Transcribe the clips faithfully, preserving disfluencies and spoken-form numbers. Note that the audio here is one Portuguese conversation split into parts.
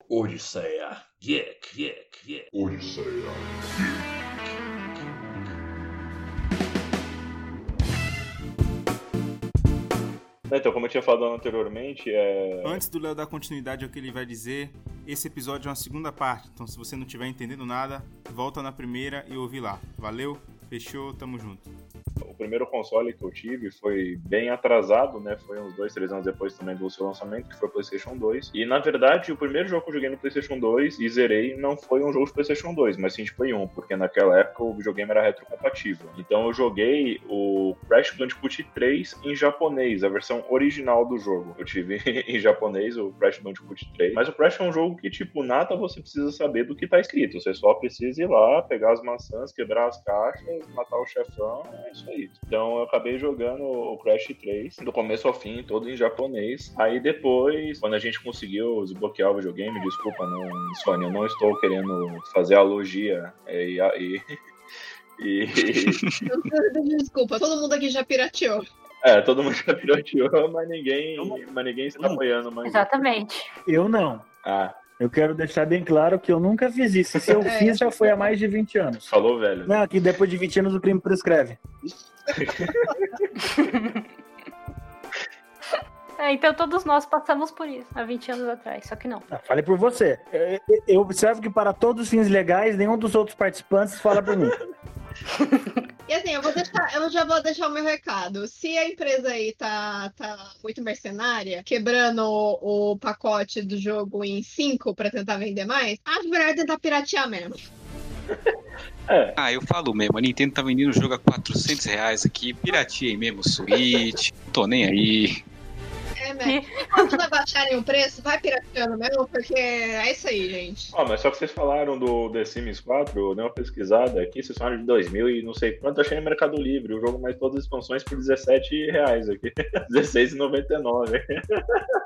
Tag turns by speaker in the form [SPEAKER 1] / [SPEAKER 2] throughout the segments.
[SPEAKER 1] Odisseia Geek, Geek, Geek.
[SPEAKER 2] Odisseia Geek.
[SPEAKER 3] Então, como eu tinha falado anteriormente, é...
[SPEAKER 4] Antes do Léo dar continuidade ao que ele vai dizer, esse episódio é uma segunda parte, então se você não estiver entendendo nada, volta na primeira e ouve lá. Valeu, fechou, tamo junto.
[SPEAKER 3] O primeiro console que eu tive foi bem atrasado, né? Foi uns dois, três anos depois também do seu lançamento, que foi o PlayStation dois. E, na verdade, o primeiro jogo que eu joguei no PlayStation dois e zerei não foi um jogo de PlayStation dois, mas sim de Play um, porque naquela época o videogame era retrocompatível. Então eu joguei o Crash Bandicoot três em japonês, a versão original do jogo. Eu tive em japonês o Crash Bandicoot três. Mas o Crash é um jogo que, tipo, nada você precisa saber do que tá escrito. Você só precisa ir lá, pegar as maçãs, quebrar as caixas, matar o chefão, é isso aí. Então eu acabei jogando o Crash três do começo ao fim, todo em japonês. Aí depois, quando a gente conseguiu desbloquear o videogame, desculpa, não, Sônia, eu não estou querendo fazer alogia e... e, e...
[SPEAKER 5] Desculpa, todo mundo aqui já pirateou.
[SPEAKER 3] É, todo mundo já pirateou, mas ninguém, mas ninguém está apoiando mais.
[SPEAKER 6] Exatamente.
[SPEAKER 7] Eu não.
[SPEAKER 3] Ah.
[SPEAKER 7] Eu quero deixar bem claro que eu nunca fiz isso. Se eu fiz, já foi há mais de vinte anos.
[SPEAKER 3] Falou, velho.
[SPEAKER 7] Não, que depois de vinte anos o crime prescreve.
[SPEAKER 6] É, então todos nós passamos por isso há vinte anos atrás, só que não.
[SPEAKER 7] Ah, falei por você. Eu observo que para todos os fins legais, nenhum dos outros participantes fala por mim.
[SPEAKER 5] E assim, eu, vou deixar, eu já vou deixar o meu recado. Se a empresa aí tá, tá muito mercenária, quebrando o, o pacote do jogo em cinco pra tentar vender mais, acho melhor tentar piratear mesmo.
[SPEAKER 8] É. Ah, eu falo mesmo, a Nintendo tá vendendo o jogo a quatrocentos reais aqui, pirateei mesmo o Switch, não tô nem aí.
[SPEAKER 5] É, mesmo. Quando não baixarem o preço, vai pirateando mesmo, porque é isso aí, gente.
[SPEAKER 3] Ó, oh, mas só que vocês falaram do The Sims quatro, eu dei uma pesquisada aqui, vocês falaram de dois mil e não sei quanto, achei no Mercado Livre, o jogo mais todas as expansões por dezessete reais aqui, dezesseis reais e noventa e nove centavos.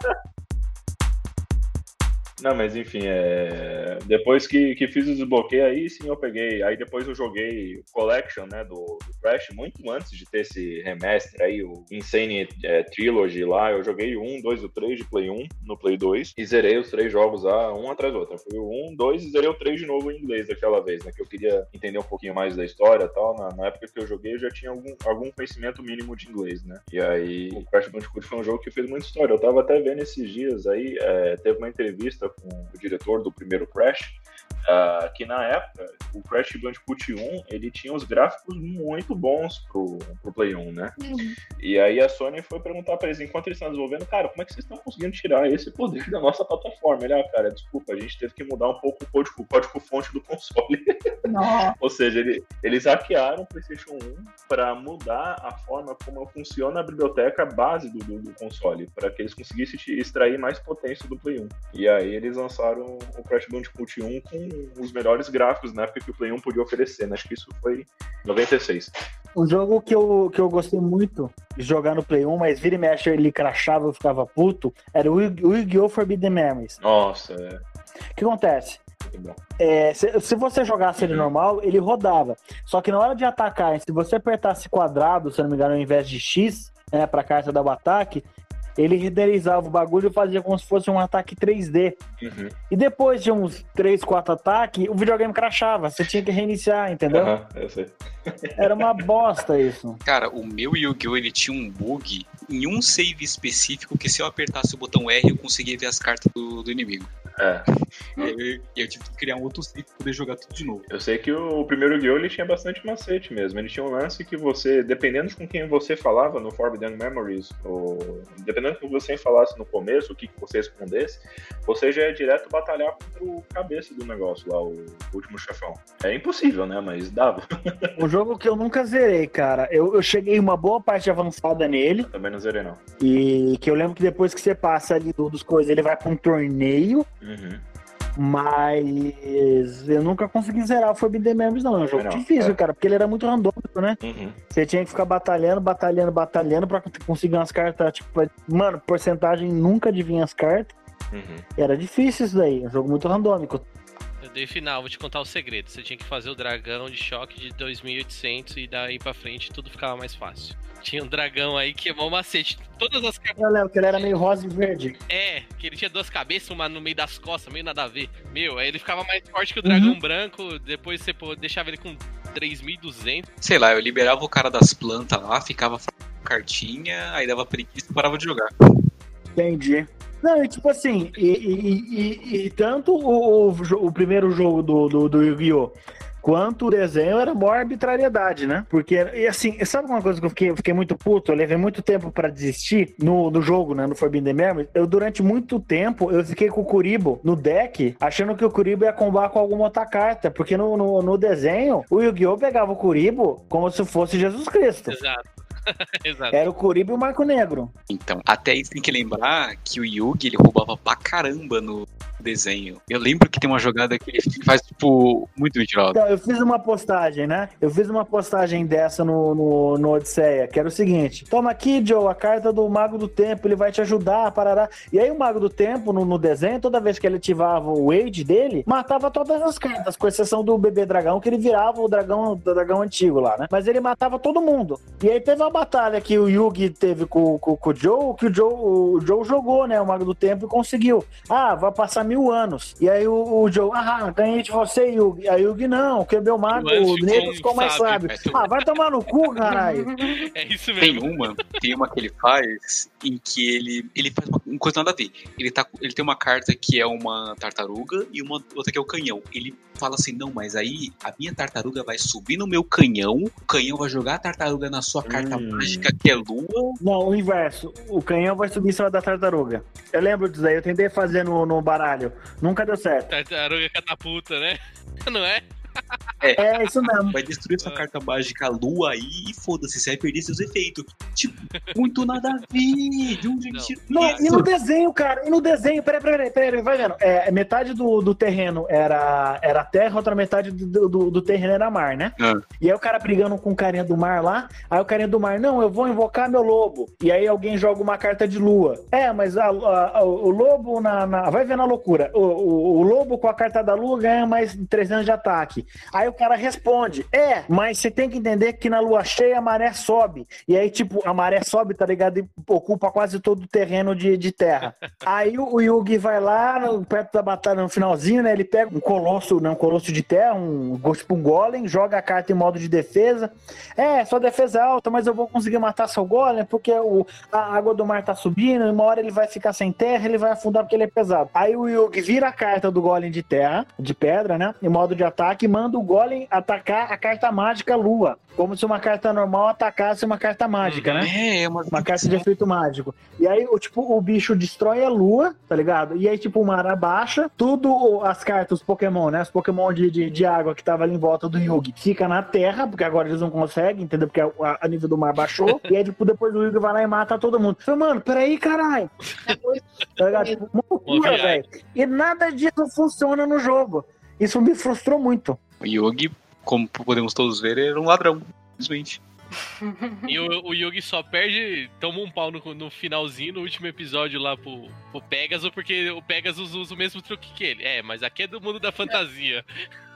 [SPEAKER 3] Não, mas enfim, é... depois que, que fiz o desbloqueio, aí sim eu peguei, aí depois eu joguei o Collection, né, do, do Crash, muito antes de ter esse remaster aí, o Insane é, Trilogy lá, eu joguei o um, dois e o três de Play um no Play dois, e zerei os três jogos lá, um atrás do outro. Fui o um, dois e zerei o três de novo em inglês daquela vez, né, que eu queria entender um pouquinho mais da história e tal, na, na época que eu joguei eu já tinha algum, algum conhecimento mínimo de inglês, né, e aí o Crash Bandicoot foi um jogo que fez muita história, eu tava até vendo esses dias aí, é, teve uma entrevista com o diretor do primeiro Crash, uh, que na época o Crash Bandicoot um ele tinha os gráficos muito bons pro, pro Play um, né? Uhum. E aí a Sony foi perguntar pra eles, enquanto eles estão desenvolvendo, cara, como é que vocês estão conseguindo tirar esse poder da nossa plataforma? Ele, ah, cara, desculpa, a gente teve que mudar um pouco o código, o código fonte do console. Ou seja, ele, eles hackearam o PlayStation um para mudar a forma como funciona a biblioteca base do, do, do console, para que eles conseguissem extrair mais potência do Play um. E aí eles lançaram o Crash Bandicoot um com os melhores gráficos na época que o Play um podia oferecer, né? Acho que isso foi em noventa e seis.
[SPEAKER 7] Um jogo que eu, que eu gostei muito de jogar no Play um, mas vira e mexe ele crashava, eu ficava puto, era o Yu-Gi-Oh! Forbidden Memories.
[SPEAKER 3] Nossa, é.
[SPEAKER 7] O que acontece? É, se, se você jogasse ele normal, ele rodava. Só que na hora de atacar, se você apertasse quadrado, se não me engano, ao invés de X, né, pra carta dar o ataque, ele renderizava o bagulho e fazia como se fosse um ataque três D. Uhum. E depois de uns três, quatro ataques, o videogame crashava. Você tinha que reiniciar, entendeu?
[SPEAKER 3] Uhum, eu sei.
[SPEAKER 7] Era uma bosta isso.
[SPEAKER 8] Cara, o meu Yu-Gi-Oh! Ele tinha um bug em um save específico que se eu apertasse o botão R, eu conseguia ver as cartas do, do inimigo.
[SPEAKER 3] É.
[SPEAKER 8] Eu, eu tive que criar um outro save pra poder jogar tudo de novo.
[SPEAKER 3] Eu sei que o, o primeiro Yu-Gi-Oh! Ele tinha bastante macete mesmo. Ele tinha um lance que você, dependendo com quem você falava no Forbidden Memories, ou dependendo do que você falasse no começo, o que, que você respondesse, você já ia direto batalhar contra o cabeça do negócio lá, o, o último chefão. É impossível, né? Mas dava.
[SPEAKER 7] Um jogo que eu nunca zerei, cara. Eu, eu cheguei uma boa parte avançada nele.
[SPEAKER 3] Também não zerei, não.
[SPEAKER 7] E que eu lembro que depois que você passa ali do, dos coisas, ele vai pra um torneio.
[SPEAKER 3] Uhum.
[SPEAKER 7] Mas eu nunca consegui zerar o Forbidden Memories, não. É um jogo não, difícil, é. cara, porque ele era muito randômico, né? Uhum. Você tinha que ficar batalhando, batalhando, batalhando pra conseguir umas cartas, tipo, mano, porcentagem nunca adivinha as cartas. Uhum. Era difícil isso daí, é um jogo muito randômico.
[SPEAKER 9] Eu dei final, vou te contar o segredo. Você tinha que fazer o dragão de choque de dois mil e oitocentos e daí pra frente tudo ficava mais fácil. Tinha um dragão aí que é mó macete. Todas as cabeças.
[SPEAKER 7] Eu lembro que ele era meio rosa e verde.
[SPEAKER 9] É, que ele tinha duas cabeças, uma no meio das costas, meio nada a ver. Meu, aí ele ficava mais forte que o dragão uhum. branco. Depois você pô, deixava ele com três mil e duzentos.
[SPEAKER 8] Sei lá, eu liberava o cara das plantas lá, ficava com cartinha, aí dava preguiça e parava de jogar.
[SPEAKER 7] Entendi. Não, e tipo assim, e, e, e, e tanto o, o, o primeiro jogo do, do, do Yu-Gi-Oh! Quanto o desenho era maior arbitrariedade, né? Porque, e assim, sabe uma coisa que eu fiquei, eu fiquei muito puto? Eu levei muito tempo pra desistir no, no jogo, né? No Forbidden Memory. Eu, durante muito tempo, eu fiquei com o Kuribo no deck, achando que o Kuribo ia combar com alguma outra carta. Porque no, no, no desenho, o Yu-Gi-Oh! Pegava o Kuribo como se fosse Jesus Cristo.
[SPEAKER 9] Exato. Exato.
[SPEAKER 7] Era o Kuribo e o Marco Negro.
[SPEAKER 8] Então, até isso tem que lembrar que o Yugi, ele roubava pra caramba no desenho. Eu lembro que tem uma jogada que ele faz, tipo, muito mentirosa.
[SPEAKER 7] Então, eu fiz uma postagem, né? Eu fiz uma postagem dessa no, no, no Odisseia, que era o seguinte: toma aqui, Joe, a carta do Mago do Tempo, ele vai te ajudar, parará. E aí o Mago do Tempo, no, no desenho, toda vez que ele ativava o Wade dele, matava todas as cartas, com exceção do bebê dragão, que ele virava o dragão, o dragão antigo lá, né? Mas ele matava todo mundo. E aí teve uma batalha que o Yugi teve com, com, com o Joe, que o Joe, o Joe jogou, né? O Mago do Tempo e conseguiu. Ah, vai passar mil anos. E aí o, o Joe, ah, ganhei de você, Yugi. Aí o Yugi, não, que o meu mago, o negro ficou mais sábio. Ah, vai tomar no cu, caralho.
[SPEAKER 9] É isso mesmo.
[SPEAKER 8] Tem uma, tem uma que ele faz em que ele, ele faz uma coisa nada a ver. Ele, tá, ele tem uma carta que é uma tartaruga e uma outra que é o canhão. Ele fala assim, não, mas aí a minha tartaruga vai subir no meu canhão, o canhão vai jogar a tartaruga na sua carta hum. mágica, que é lua.
[SPEAKER 7] Não, o inverso. O canhão vai subir em cima da tartaruga. Eu lembro disso aí, eu tentei fazer no, no baralho. Nunca deu certo.
[SPEAKER 9] Tartaruga catapulta, né? Não é?
[SPEAKER 8] É,
[SPEAKER 7] é isso mesmo.
[SPEAKER 8] Vai destruir essa carta mágica lua aí e foda-se, você vai perder seus efeitos. Tipo, muito nada a ver. De onde
[SPEAKER 7] não, não, e no desenho, cara, e no desenho, peraí, peraí, peraí, vai vendo. É, metade do, do terreno era, era terra, outra metade do, do, do terreno era mar, né? Ah. E aí o cara brigando com o carinha do mar lá, aí o carinha do mar, não, eu vou invocar meu lobo. E aí alguém joga uma carta de lua. É, mas a, a, a, o lobo na, na. Vai vendo a loucura. O, o, o lobo com a carta da lua ganha mais trezentos de ataque. Aí o cara responde, é, mas você tem que entender que na lua cheia a maré sobe. E aí, tipo, a maré sobe, tá ligado? E ocupa quase todo o terreno de, de terra. Aí o, o Yugi vai lá, no, perto da batalha, no finalzinho, né? Ele pega um colosso, né, um colosso de terra, um, tipo um golem, joga a carta em modo de defesa. É, sua defesa é alta, mas eu vou conseguir matar seu golem, porque o, a água do mar tá subindo, e uma hora ele vai ficar sem terra, ele vai afundar porque ele é pesado. Aí o Yugi vira a carta do golem de terra, de pedra, né? Em modo de ataque, e manda o golem atacar a carta mágica lua. Como se uma carta normal atacasse uma carta mágica, né?
[SPEAKER 8] É, é uma...
[SPEAKER 7] uma carta de efeito mágico. E aí, o, tipo, o bicho destrói a lua, tá ligado? E aí, tipo, o mar abaixa, tudo, as cartas, os Pokémon, né? Os Pokémon de, de, de água que tava ali em volta do Yugi, fica na terra, porque agora eles não conseguem, entendeu? Porque a, a nível do mar baixou. E aí, tipo, depois o Yugi vai lá e mata todo mundo. Eu falei, mano, peraí, caralho. Tá ligado? Tipo, uma loucura, velho. E nada disso funciona no jogo. Isso me frustrou muito.
[SPEAKER 8] O Yugi, como podemos todos ver, era um ladrão, simplesmente.
[SPEAKER 9] E o, o Yugi só perde, toma um pau no, no finalzinho, no último episódio lá pro, pro Pegasus, porque o Pegasus usa o mesmo truque que ele. É, mas aqui é do mundo da fantasia.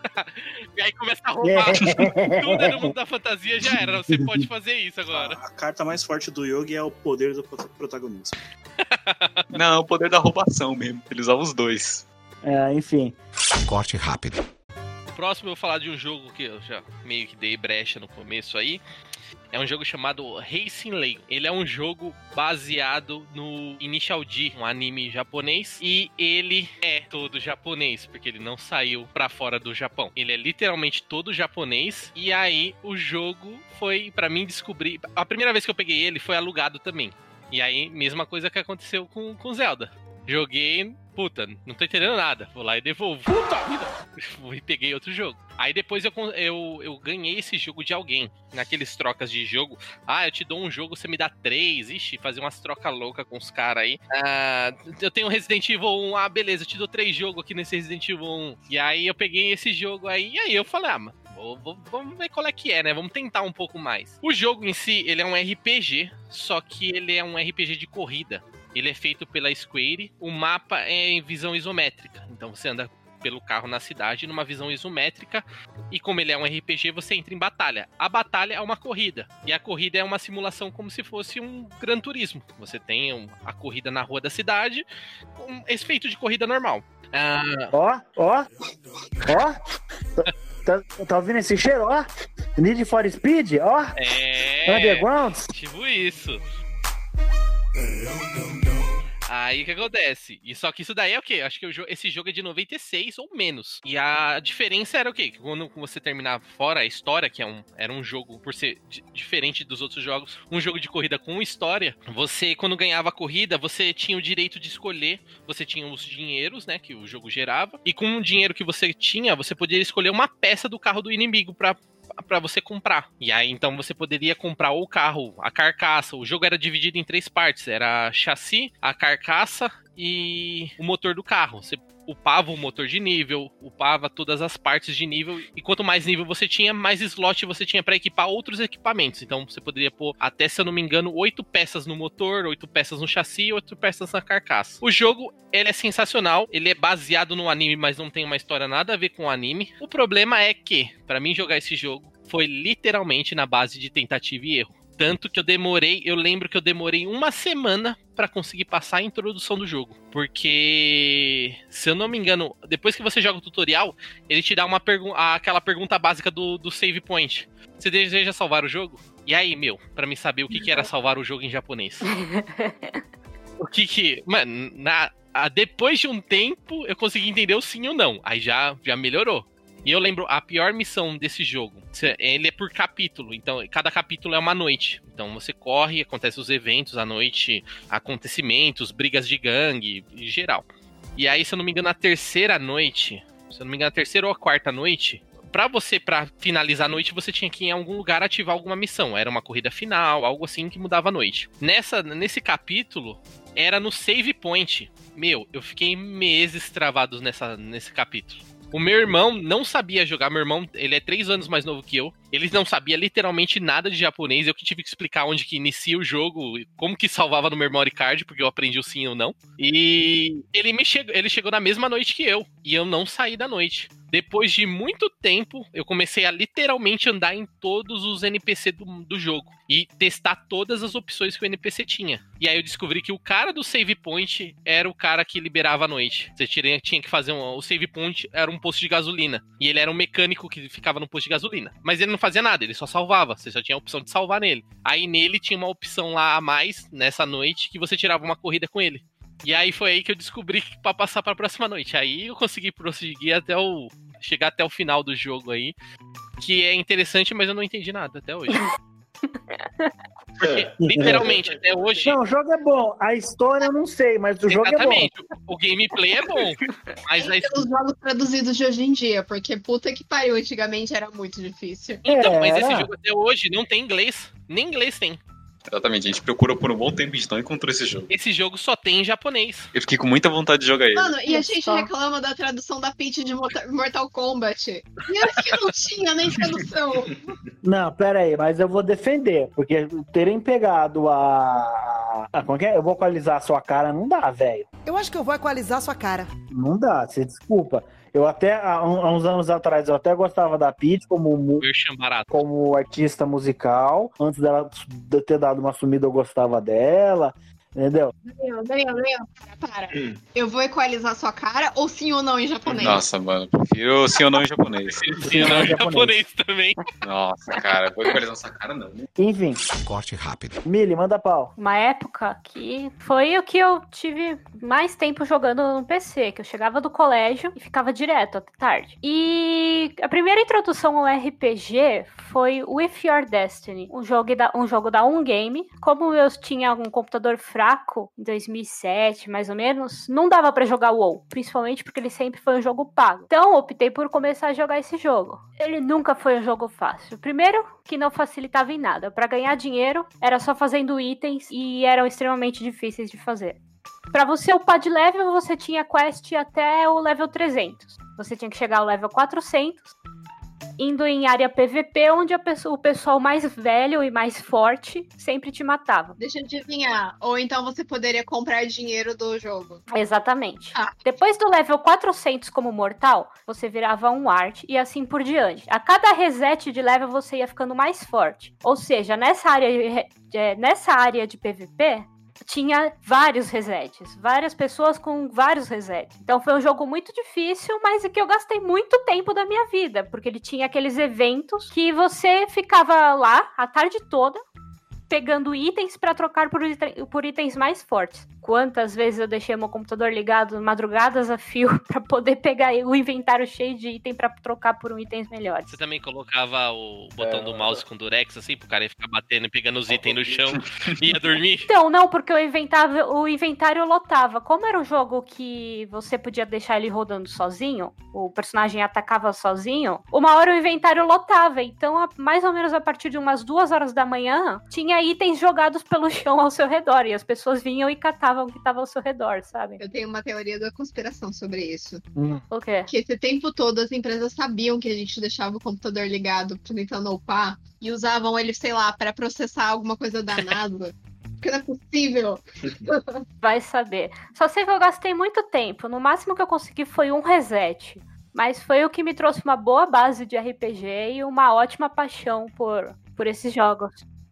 [SPEAKER 9] E aí começa a roubar. Tudo é do mundo da fantasia, já era. Você pode fazer isso agora.
[SPEAKER 10] A, a carta mais forte do Yugi é o poder do protagonista.
[SPEAKER 8] Não, é o poder da roubação mesmo. Ele usava os dois.
[SPEAKER 7] É, enfim.
[SPEAKER 11] Corte rápido.
[SPEAKER 9] Próximo eu vou falar de um jogo que eu já meio que dei brecha no começo aí. É um jogo chamado Racing League. Ele é um jogo baseado no Initial D, um anime japonês. E ele é todo japonês, porque ele não saiu pra fora do Japão. Ele é literalmente todo japonês. E aí o jogo foi pra mim descobrir... A primeira vez que eu peguei ele foi alugado também. E aí, mesma coisa que aconteceu com, com Zelda. Joguei... Puta, não tô entendendo nada. Vou lá e devolvo. Puta vida! E peguei outro jogo. Aí depois eu, eu, eu ganhei esse jogo de alguém. Naqueles trocas de jogo. Ah, eu te dou um jogo, você me dá três. Ixi, fazer umas trocas loucas com os caras aí. Ah, eu tenho Resident Evil um. Ah, beleza, eu te dou três jogos aqui nesse Resident Evil um. E aí eu peguei esse jogo aí. E aí eu falei, ah, mano. Vamos ver qual é que é, né? Vamos tentar um pouco mais. O jogo em si, ele é um R P G. Só que ele é um R P G de corrida. Ele é feito pela Square. O mapa é em visão isométrica. Então você anda pelo carro na cidade numa visão isométrica, e como ele é um R P G, você entra em batalha. A batalha é uma corrida, e a corrida é uma simulação como se fosse um Gran Turismo. Você tem um, a corrida na rua da cidade, com esse feito de corrida normal.
[SPEAKER 7] Ó, ó, ó, tá, tá ouvindo esse cheiro, ó? Need for Speed, ó.
[SPEAKER 9] É.
[SPEAKER 7] Underground.
[SPEAKER 9] Tipo isso. Aí o que acontece? E só que isso daí é o quê? Acho que o jo- esse jogo é de noventa e seis ou menos. E a diferença era o quê? Que quando você terminava fora a história, que é um, era um jogo, por ser di- diferente dos outros jogos, um jogo de corrida com história, você, quando ganhava a corrida, você tinha o direito de escolher, você tinha os dinheiros, né, que o jogo gerava, e com o dinheiro que você tinha, você poderia escolher uma peça do carro do inimigo pra pra você comprar. E aí, então, você poderia comprar o carro, a carcaça. O jogo era dividido em três partes. Era chassi, a carcaça e o motor do carro. Você upava o motor de nível, upava todas as partes de nível, e quanto mais nível você tinha, mais slot você tinha para equipar outros equipamentos. Então você poderia pôr, até se eu não me engano, oito peças no motor, oito peças no chassi e oito peças na carcaça. O jogo, ele é sensacional, ele é baseado no anime, mas não tem uma história nada a ver com o anime. O problema é que, para mim jogar esse jogo, foi literalmente na base de tentativa e erro. Tanto que eu demorei, eu lembro que eu demorei uma semana pra conseguir passar a introdução do jogo. Porque, se eu não me engano, depois que você joga o tutorial, ele te dá uma pergu- aquela pergunta básica do, do save point. Você deseja salvar o jogo? E aí, meu, pra mim saber o que, que era salvar o jogo em japonês. O que que... Mano, na, a, depois de um tempo, eu consegui entender o sim ou não. Aí já, já melhorou. E eu lembro, a pior missão desse jogo, ele é por capítulo, então cada capítulo é uma noite. Então você corre, acontecem os eventos à noite, acontecimentos, brigas de gangue, em geral. E aí, se eu não me engano, na terceira noite, se eu não me engano, na terceira ou a quarta noite, pra você, pra finalizar a noite, você tinha que ir em algum lugar ativar alguma missão. Era uma corrida final, algo assim que mudava a noite. Nessa, nesse capítulo, era no save point. Meu, eu fiquei meses travados nessa, nesse capítulo. O meu irmão não sabia jogar. Meu irmão, ele é três anos mais novo que eu. Ele não sabia literalmente nada de japonês. Eu que tive que explicar onde que inicia o jogo, como que salvava no memory card, porque eu aprendi o sim ou não. E ele me chegou, ele chegou na mesma noite que eu. E eu não saí da noite. Depois de muito tempo, eu comecei a literalmente andar em todos os N P C do, do jogo. E testar todas as opções que o N P C tinha. E aí eu descobri que o cara do save point era o cara que liberava a noite. Você tinha, tinha que fazer um... O save point era um posto de gasolina. E ele era um mecânico que ficava no posto de gasolina. Mas ele não fazia nada, ele só salvava. Você só tinha a opção de salvar nele. Aí nele tinha uma opção lá a mais, nessa noite, que você tirava uma corrida com ele. E aí foi aí que eu descobri que pra passar pra próxima noite. Aí eu consegui prosseguir até o... chegar até o final do jogo aí. Que é interessante, mas eu não entendi nada até hoje. Porque, literalmente, até hoje...
[SPEAKER 7] Não, o jogo é bom. A história eu não sei, mas o jogo é bom.
[SPEAKER 9] Exatamente. O gameplay é bom. Mas
[SPEAKER 5] Tem os jogos traduzidos de hoje em dia, porque puta que pariu, antigamente era muito difícil.
[SPEAKER 9] Então, mas
[SPEAKER 7] Era.
[SPEAKER 9] esse jogo até hoje não tem inglês. Nem inglês tem.
[SPEAKER 8] Exatamente, a gente procurou por um bom tempo e a gente não encontrou esse jogo.
[SPEAKER 9] Esse jogo só tem em japonês.
[SPEAKER 8] Eu fiquei com muita vontade de jogar ele.
[SPEAKER 5] Mano, e a gente
[SPEAKER 6] Só.
[SPEAKER 5] reclama da tradução da Peach de Morta- Mortal Kombat. E antes que não tinha nem tradução.
[SPEAKER 7] Não, pera aí, mas eu vou defender, porque terem pegado a... a como é que é? Eu vou equalizar a sua cara, não dá, velho.
[SPEAKER 11] Eu acho que eu vou equalizar sua cara.
[SPEAKER 7] Não dá, você desculpa. Eu até, há, um- há uns anos atrás, eu até gostava da Peach como, mu-
[SPEAKER 9] Merchan barato.
[SPEAKER 7] como artista musical. Antes dela de ter dado uma sumida, eu gostava dela. Entendeu?
[SPEAKER 5] Daniel, Daniel, Daniel, para, para. Eu vou equalizar sua cara ou sim ou não em japonês?
[SPEAKER 8] Nossa, mano, prefiro sim ou não em japonês.
[SPEAKER 9] Sim, não, em japonês também.
[SPEAKER 8] Nossa, cara, vou equalizar essa cara não.
[SPEAKER 7] Enfim.
[SPEAKER 12] Corte rápido.
[SPEAKER 7] Mili, manda pau.
[SPEAKER 6] Uma época que foi o que eu tive mais tempo jogando no P C, que eu chegava do colégio e ficava direto até tarde. E a primeira introdução ao R P G foi With Your Destiny, um jogo da, um jogo da Um Game. Como eu tinha um computador fraco em dois mil e sete, mais ou menos, não dava pra jogar o WoW, principalmente porque ele sempre foi um jogo pago. Então, optei por começar a jogar esse jogo. Ele nunca foi um jogo fácil. Primeiro, que não facilitava em nada. Pra ganhar dinheiro, era só fazendo itens e eram extremamente difíceis de fazer. Pra você upar de level, você tinha quest até o level trezentos. Você tinha que chegar ao level quatrocentos indo em área P V P, onde a pessoa, o pessoal mais velho e mais forte sempre te matava.
[SPEAKER 5] Deixa eu adivinhar. Ou então você poderia comprar dinheiro do jogo.
[SPEAKER 6] Exatamente.
[SPEAKER 5] Ah.
[SPEAKER 6] Depois do level quatrocentos como mortal, você virava um ward e assim por diante. A cada reset de level você ia ficando mais forte. Ou seja, nessa área, nessa área de P V P, tinha vários resets, várias pessoas com vários resets. Então foi um jogo muito difícil, mas que eu gastei muito tempo da minha vida, porque ele tinha aqueles eventos que você ficava lá a tarde toda, pegando itens pra trocar por, por itens mais fortes. Quantas vezes eu deixei meu computador ligado madrugadas a fio pra poder pegar o inventário cheio de item pra trocar por um itens melhores.
[SPEAKER 9] Você também colocava o botão é, do mouse com durex, assim, pro cara ia ficar batendo e pegando os itens no chão e ia dormir?
[SPEAKER 6] Então, não, porque o inventário, o inventário lotava. Como era um jogo que você podia deixar ele rodando sozinho, o personagem atacava sozinho, uma hora o inventário lotava. Então, a, mais ou menos a partir de umas duas horas da manhã, tinha itens jogados pelo chão ao seu redor, e as pessoas vinham e catavam o que estava ao seu redor, sabe?
[SPEAKER 5] Eu tenho uma teoria da conspiração sobre isso.
[SPEAKER 6] Hum. O quê?
[SPEAKER 5] Que esse tempo todo as empresas sabiam que a gente deixava o computador ligado tentando upar e usavam ele, sei lá, para processar alguma coisa da NASA. Porque não é possível.
[SPEAKER 6] Vai saber. Só sei que eu gastei muito tempo. No máximo que eu consegui foi um reset. Mas foi o que me trouxe uma boa base de R P G e uma ótima paixão por, por esses jogos.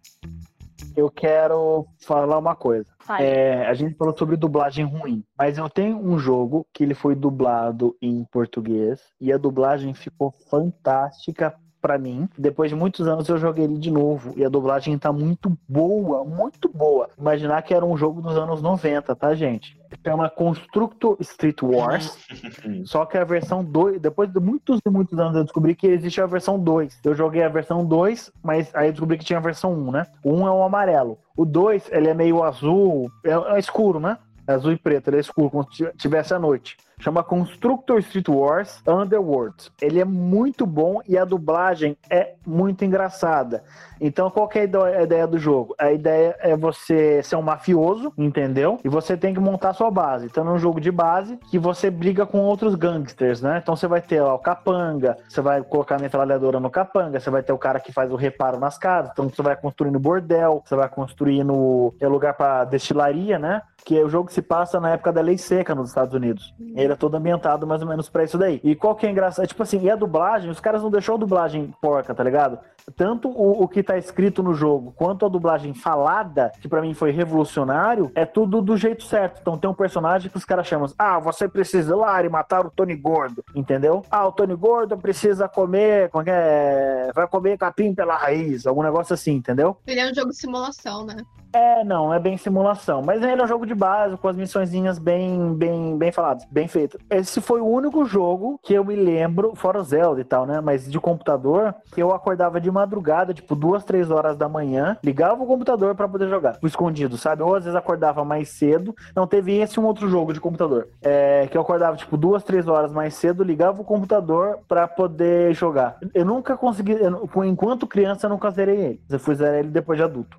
[SPEAKER 7] Eu quero falar uma coisa.
[SPEAKER 6] É,
[SPEAKER 7] a gente falou sobre dublagem ruim, mas eu tenho um jogo que ele foi dublado em português e a dublagem ficou fantástica pra mim. Depois de muitos anos eu joguei ele de novo e a dublagem tá muito boa, muito boa. Imaginar que era um jogo dos anos noventa, tá, gente? Chama Constructor Street Wars, só que a versão dois, depois de muitos e muitos anos eu descobri que existe a versão dois. Eu joguei a versão dois, mas aí eu descobri que tinha a versão um, né? O um é o amarelo. O dois, ele é meio azul, é, é escuro, né? É azul e preto, ele é escuro, como se tivesse à noite. Chama Constructor Street Wars Underworld. Ele é muito bom e a dublagem é muito engraçada. Então, qual que é a ideia do jogo? A ideia é você ser um mafioso, entendeu? E você tem que montar a sua base. Então, é um jogo de base que você briga com outros gangsters, né? Então, você vai ter lá o capanga, você vai colocar a metralhadora no capanga, você vai ter o cara que faz o reparo nas casas, então você vai construindo bordel, você vai construindo é lugar para destilaria, né? Que o jogo se passa na época da lei seca nos Estados Unidos. Ele é todo ambientado mais ou menos pra isso daí. E qual que é engraçado? Tipo assim, e a dublagem, os caras não deixou a dublagem porca, tá ligado? Tanto o, o que tá escrito no jogo, quanto a dublagem falada, que pra mim foi revolucionário, é tudo do jeito certo. Então tem um personagem que os caras chamam, ah, você precisa ir lá e matar o Tony Gordo, entendeu? Ah, o Tony Gordo precisa comer, como é, vai comer capim pela raiz, algum negócio assim, entendeu?
[SPEAKER 5] Ele é um jogo de simulação, né?
[SPEAKER 7] É, não, é bem simulação. Mas ele é um jogo de base, com as missõezinhas bem, bem, bem faladas, bem feitas. Esse foi o único jogo que eu me lembro, fora o Zelda e tal, né? Mas de computador, que eu acordava de madrugada, tipo duas, três horas da manhã, ligava o computador pra poder jogar. O escondido, sabe? Ou às vezes acordava mais cedo. Não, teve esse um outro jogo de computador. É, que eu acordava, tipo, duas, três horas mais cedo, ligava o computador pra poder jogar. Eu nunca consegui, eu, enquanto criança, eu nunca zerei ele. Eu fui zerar ele depois de adulto.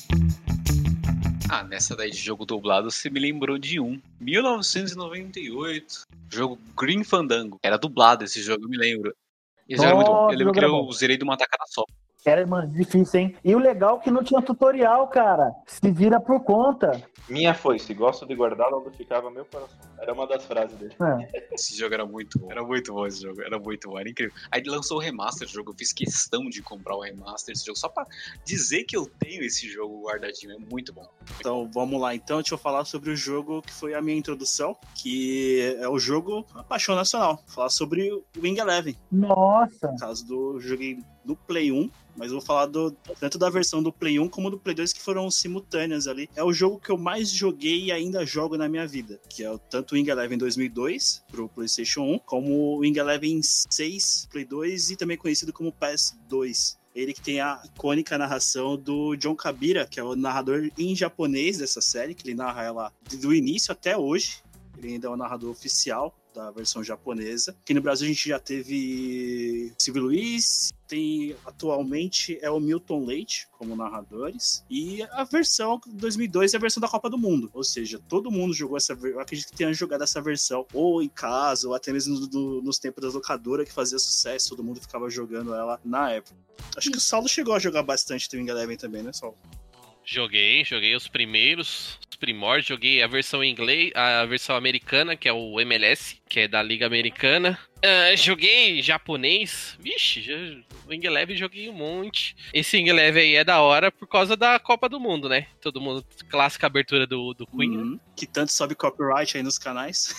[SPEAKER 8] Ah, nessa daí de jogo dublado, você me lembrou de um. mil novecentos e noventa e oito. Jogo Green Fandango. Era dublado esse jogo, eu me lembro. Esse jogo era muito bom. Eu lembro que eu zerei de uma tacada só.
[SPEAKER 7] Era, mano, difícil, hein? E o legal é que não tinha tutorial, cara. Se vira por conta.
[SPEAKER 3] Minha foice, gosto de guardar onde ficava meu coração. Era uma das frases dele.
[SPEAKER 7] É.
[SPEAKER 8] Esse jogo era muito bom. Era muito bom esse jogo. Era muito bom. Era incrível. Aí ele lançou o remaster do jogo. Eu fiz questão de comprar o remaster desse jogo. Só pra dizer que eu tenho esse jogo guardadinho. É muito bom.
[SPEAKER 10] Então, vamos lá. Então, deixa eu falar sobre o jogo que foi a minha introdução. Que é o jogo A Paixão Nacional. Vou falar sobre o Wing Eleven.
[SPEAKER 7] Nossa!
[SPEAKER 10] No caso do... Joguei no Play um. Mas eu vou falar do, tanto da versão do Play um como do Play dois, que foram simultâneas ali. É o jogo que eu mais joguei e ainda jogo na minha vida, que é o, tanto o Wing Eleven dois mil e dois pro PlayStation um, como o Wing Eleven seis Play dois, e também conhecido como P E S dois. Ele que tem a icônica narração do John Kabira, que é o narrador em japonês dessa série, que ele narra ela do início até hoje. Ele ainda é o narrador oficial da versão japonesa. Aqui no Brasil a gente já teve Silvio Luiz, tem atualmente é o Milton Leite como narradores, e a versão dois mil e dois é a versão da Copa do Mundo, ou seja, todo mundo jogou essa versão, eu acredito que tenha jogado essa versão, ou em casa, ou até mesmo no, no, nos tempos da locadora, que fazia sucesso, todo mundo ficava jogando ela na época. Acho que o Saulo chegou a jogar bastante Twin Eleven também, né, Saulo?
[SPEAKER 9] Joguei, joguei os primeiros, os primórdios, joguei a versão em inglês, a versão americana, que é o M L S, que é da Liga Americana. Uh, joguei japonês, vixe, já, o Wing Eleven joguei um monte. Esse Wing Eleven aí é da hora por causa da Copa do Mundo, né? Todo mundo, clássica abertura do, do Queen.
[SPEAKER 10] Uhum,
[SPEAKER 9] né?
[SPEAKER 10] Que tanto sobe copyright aí nos canais.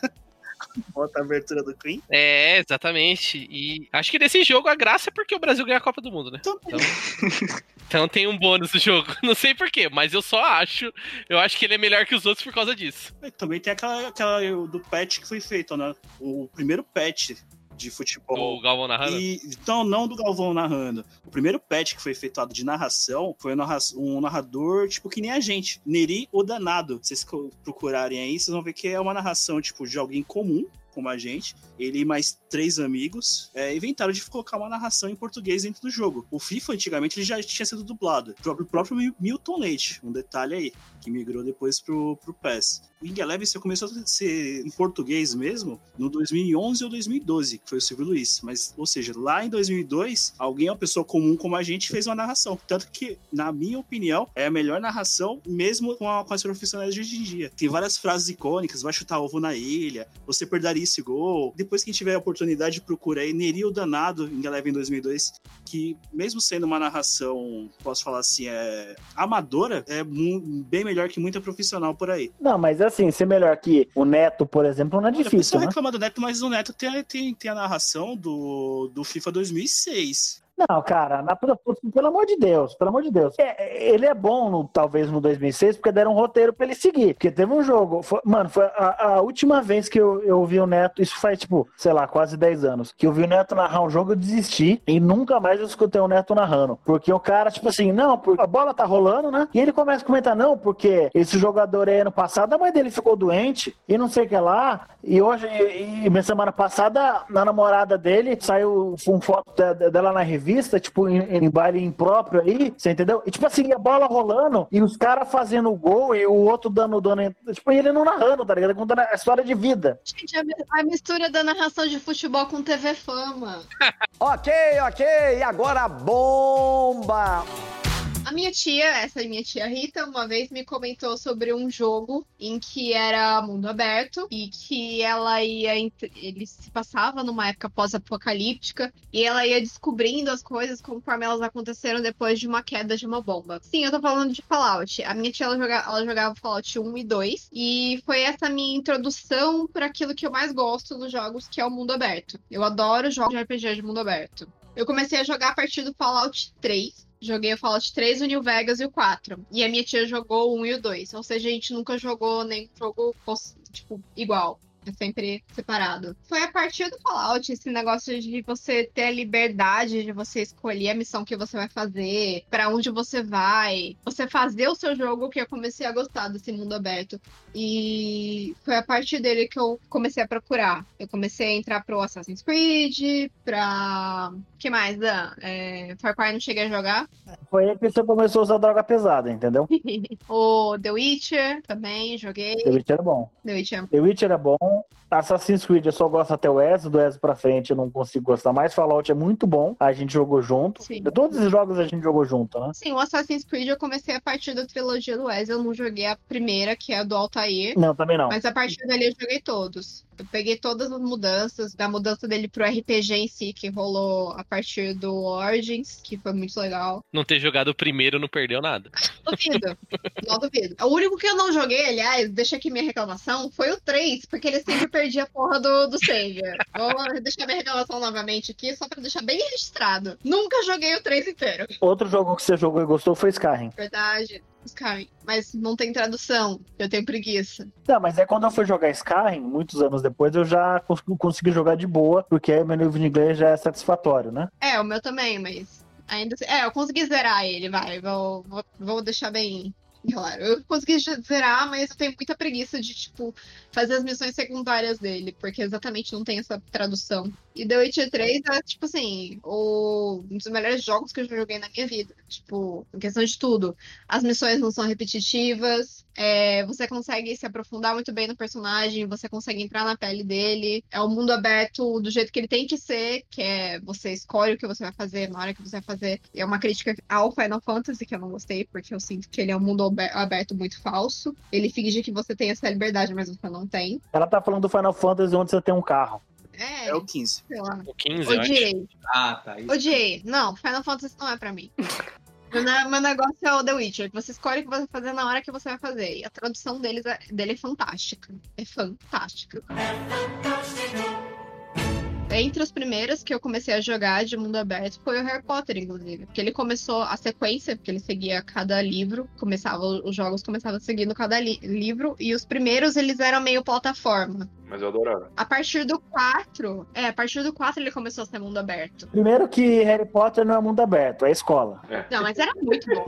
[SPEAKER 10] Bota a abertura do Queen.
[SPEAKER 9] É, exatamente. E acho que nesse jogo a graça é porque o Brasil ganha a Copa do Mundo, né? Então, então tem um bônus no jogo. Não sei porquê, mas eu só acho. Eu acho que ele é melhor que os outros por causa disso.
[SPEAKER 10] E também tem aquela, aquela do patch que foi feito, né? O primeiro patch de futebol.
[SPEAKER 9] Do Galvão narrando?
[SPEAKER 10] E, então, não do Galvão narrando. O primeiro patch que foi efetuado de narração foi um narrador, tipo, que nem a gente. Neri o Danado. Se vocês procurarem aí, vocês vão ver que é uma narração, tipo, de alguém comum, como a gente. Ele e mais três amigos é, inventaram de colocar uma narração em português dentro do jogo. O FIFA, antigamente, ele já tinha sido dublado. O próprio, próprio Milton Leite, um detalhe aí, que migrou depois pro, pro P E S. O Wing Eleven só começou a ser em português mesmo no dois mil e onze ou dois mil e doze, que foi o Silvio Luiz. Mas, ou seja, lá em dois mil e dois, alguém, uma pessoa comum como a gente, fez uma narração. Tanto que, na minha opinião, é a melhor narração, mesmo com, a, com as profissionais de hoje em dia. Tem várias frases icônicas, vai chutar ovo na ilha, você perderia esse gol. Depois que a gente tiver a oportunidade, procura aí Neri o Danado, Wing Eleven dois mil e dois, que mesmo sendo uma narração, posso falar assim, é amadora, é bem melhor que muita profissional por aí.
[SPEAKER 7] Não, mas assim, ser melhor que o Neto, por exemplo, não é difícil,
[SPEAKER 10] Olha, o pessoal
[SPEAKER 7] né?
[SPEAKER 10] reclama do Neto, mas o Neto tem, tem, tem a narração do, do FIFA dois mil e seis.
[SPEAKER 7] Não, cara, na, pelo amor de Deus, pelo amor de Deus. É, ele é bom, no, talvez, no dois mil e seis, porque deram um roteiro pra ele seguir. Porque teve um jogo, foi, mano, foi a, a última vez que eu, eu vi o Neto, isso faz, tipo, sei lá, quase dez anos, que eu vi o Neto narrar um jogo, eu desisti e nunca mais eu escutei o Neto narrando. Porque o cara, tipo assim, não, porque a bola tá rolando, né? E ele começa a comentar, não, porque esse jogador aí, ano passado, a mãe dele ficou doente e não sei o que lá. E hoje, e, e semana passada, na namorada dele, saiu uma foto de, dela na revista, tipo, em, em baile impróprio aí, você entendeu? E tipo assim, a bola rolando e os caras fazendo o gol e o outro dando dano, tipo, ele não narrando, tá ligado? Contando a história de vida.
[SPEAKER 5] Gente, a mistura da narração de futebol com T V Fama.
[SPEAKER 12] Ok, ok, e agora bomba!
[SPEAKER 5] A minha tia, essa minha tia Rita, uma vez me comentou sobre um jogo em que era mundo aberto e que ela ia, ele se passava numa época pós-apocalíptica e ela ia descobrindo as coisas conforme elas aconteceram depois de uma queda de uma bomba. Sim, eu tô falando de Fallout. A minha tia, ela jogava, ela jogava Fallout um e dois e foi essa minha introdução para aquilo que eu mais gosto dos jogos, que é o mundo aberto. Eu adoro jogos de R P G de mundo aberto. Eu comecei a jogar a partir do Fallout três. Joguei o Fallout três, o New Vegas e o quatro. E a minha tia jogou o um e o dois. Ou seja, a gente nunca jogou nenhum jogo, tipo, igual. É sempre separado. Foi a partir do Fallout, esse negócio de você ter a liberdade de você escolher a missão que você vai fazer, pra onde você vai, você fazer o seu jogo, que eu comecei a gostar desse mundo aberto. E foi a partir dele que eu comecei a procurar. Eu comecei a entrar pro Assassin's Creed, pra... O que mais, Dan? É... Far Cry não cheguei a jogar.
[SPEAKER 7] Foi aí que você começou a usar droga pesada, entendeu?
[SPEAKER 5] O The Witcher também, joguei.
[SPEAKER 7] The Witcher é bom.
[SPEAKER 5] The Witcher.
[SPEAKER 7] The Witcher é bom. Assassin's Creed eu só gosto até o Ezio, do Ezio pra frente eu não consigo gostar mais. Fallout é muito bom, a gente jogou junto.
[SPEAKER 5] Sim.
[SPEAKER 7] Todos os jogos a gente jogou junto, né?
[SPEAKER 5] Sim, o Assassin's Creed eu comecei a partir da trilogia do Ezio, eu não joguei a primeira, que é a do Altair.
[SPEAKER 7] Não, também não.
[SPEAKER 5] Mas a partir dali eu joguei todos. Eu peguei todas as mudanças, da mudança dele pro R P G em si, que rolou a partir do Origins, que foi muito legal.
[SPEAKER 9] Não ter jogado o primeiro não perdeu nada.
[SPEAKER 5] Duvido, não duvido. O único que eu não joguei, aliás, deixa aqui minha reclamação, foi o três, porque ele sempre perdia a porra do, do save. Vou deixar minha reclamação novamente aqui, só pra deixar bem registrado. Nunca joguei o três inteiro.
[SPEAKER 7] Outro jogo que você jogou e gostou foi Skyrim.
[SPEAKER 5] Verdade. Skyrim, mas não tem tradução, eu tenho preguiça.
[SPEAKER 7] Não, mas é quando eu fui jogar Skyrim, muitos anos depois, eu já cons- consegui jogar de boa, porque aí meu nível de inglês já é satisfatório, né?
[SPEAKER 5] É, o meu também, mas ainda assim, é, eu consegui zerar ele, vai, vou, vou, vou deixar bem, Claro, eu consegui zerar, mas eu tenho muita preguiça de, tipo, fazer as missões secundárias dele, porque exatamente não tem essa tradução. E The Witcher três é, tipo assim, o... um dos melhores jogos que eu já joguei na minha vida. Tipo, em questão de tudo. As missões não são repetitivas, é... você consegue se aprofundar muito bem no personagem, você consegue entrar na pele dele. É um mundo aberto do jeito que ele tem que ser, que é você escolhe o que você vai fazer na hora que você vai fazer. E é uma crítica ao Final Fantasy, que eu não gostei, porque eu sinto que ele é um mundo aberto muito falso. Ele finge que você tem essa liberdade, mas você não tem.
[SPEAKER 7] Ela tá falando do Final Fantasy onde você tem um carro.
[SPEAKER 5] É,
[SPEAKER 10] é o quinze.
[SPEAKER 5] Sei lá.
[SPEAKER 9] O quinze,
[SPEAKER 5] Odiei.
[SPEAKER 8] Ah, tá. Isso.
[SPEAKER 5] Odiei. Não, Final Fantasy não é pra mim. Meu, meu negócio é o The Witcher, que você escolhe o que você vai fazer na hora que você vai fazer. E a tradução deles é, dele é fantástica. É fantástica. Entre os primeiros que eu comecei a jogar de mundo aberto foi o Harry Potter, inclusive. Porque ele começou a sequência, porque ele seguia cada livro. Começava, os jogos começavam seguindo cada li- livro. E os primeiros, eles eram meio plataforma.
[SPEAKER 3] Mas eu adorava.
[SPEAKER 5] A partir do quatro... É, a partir do quatro ele começou a ser mundo aberto.
[SPEAKER 7] Primeiro que Harry Potter não é mundo aberto, é escola.
[SPEAKER 3] É.
[SPEAKER 5] Não, mas era muito bom.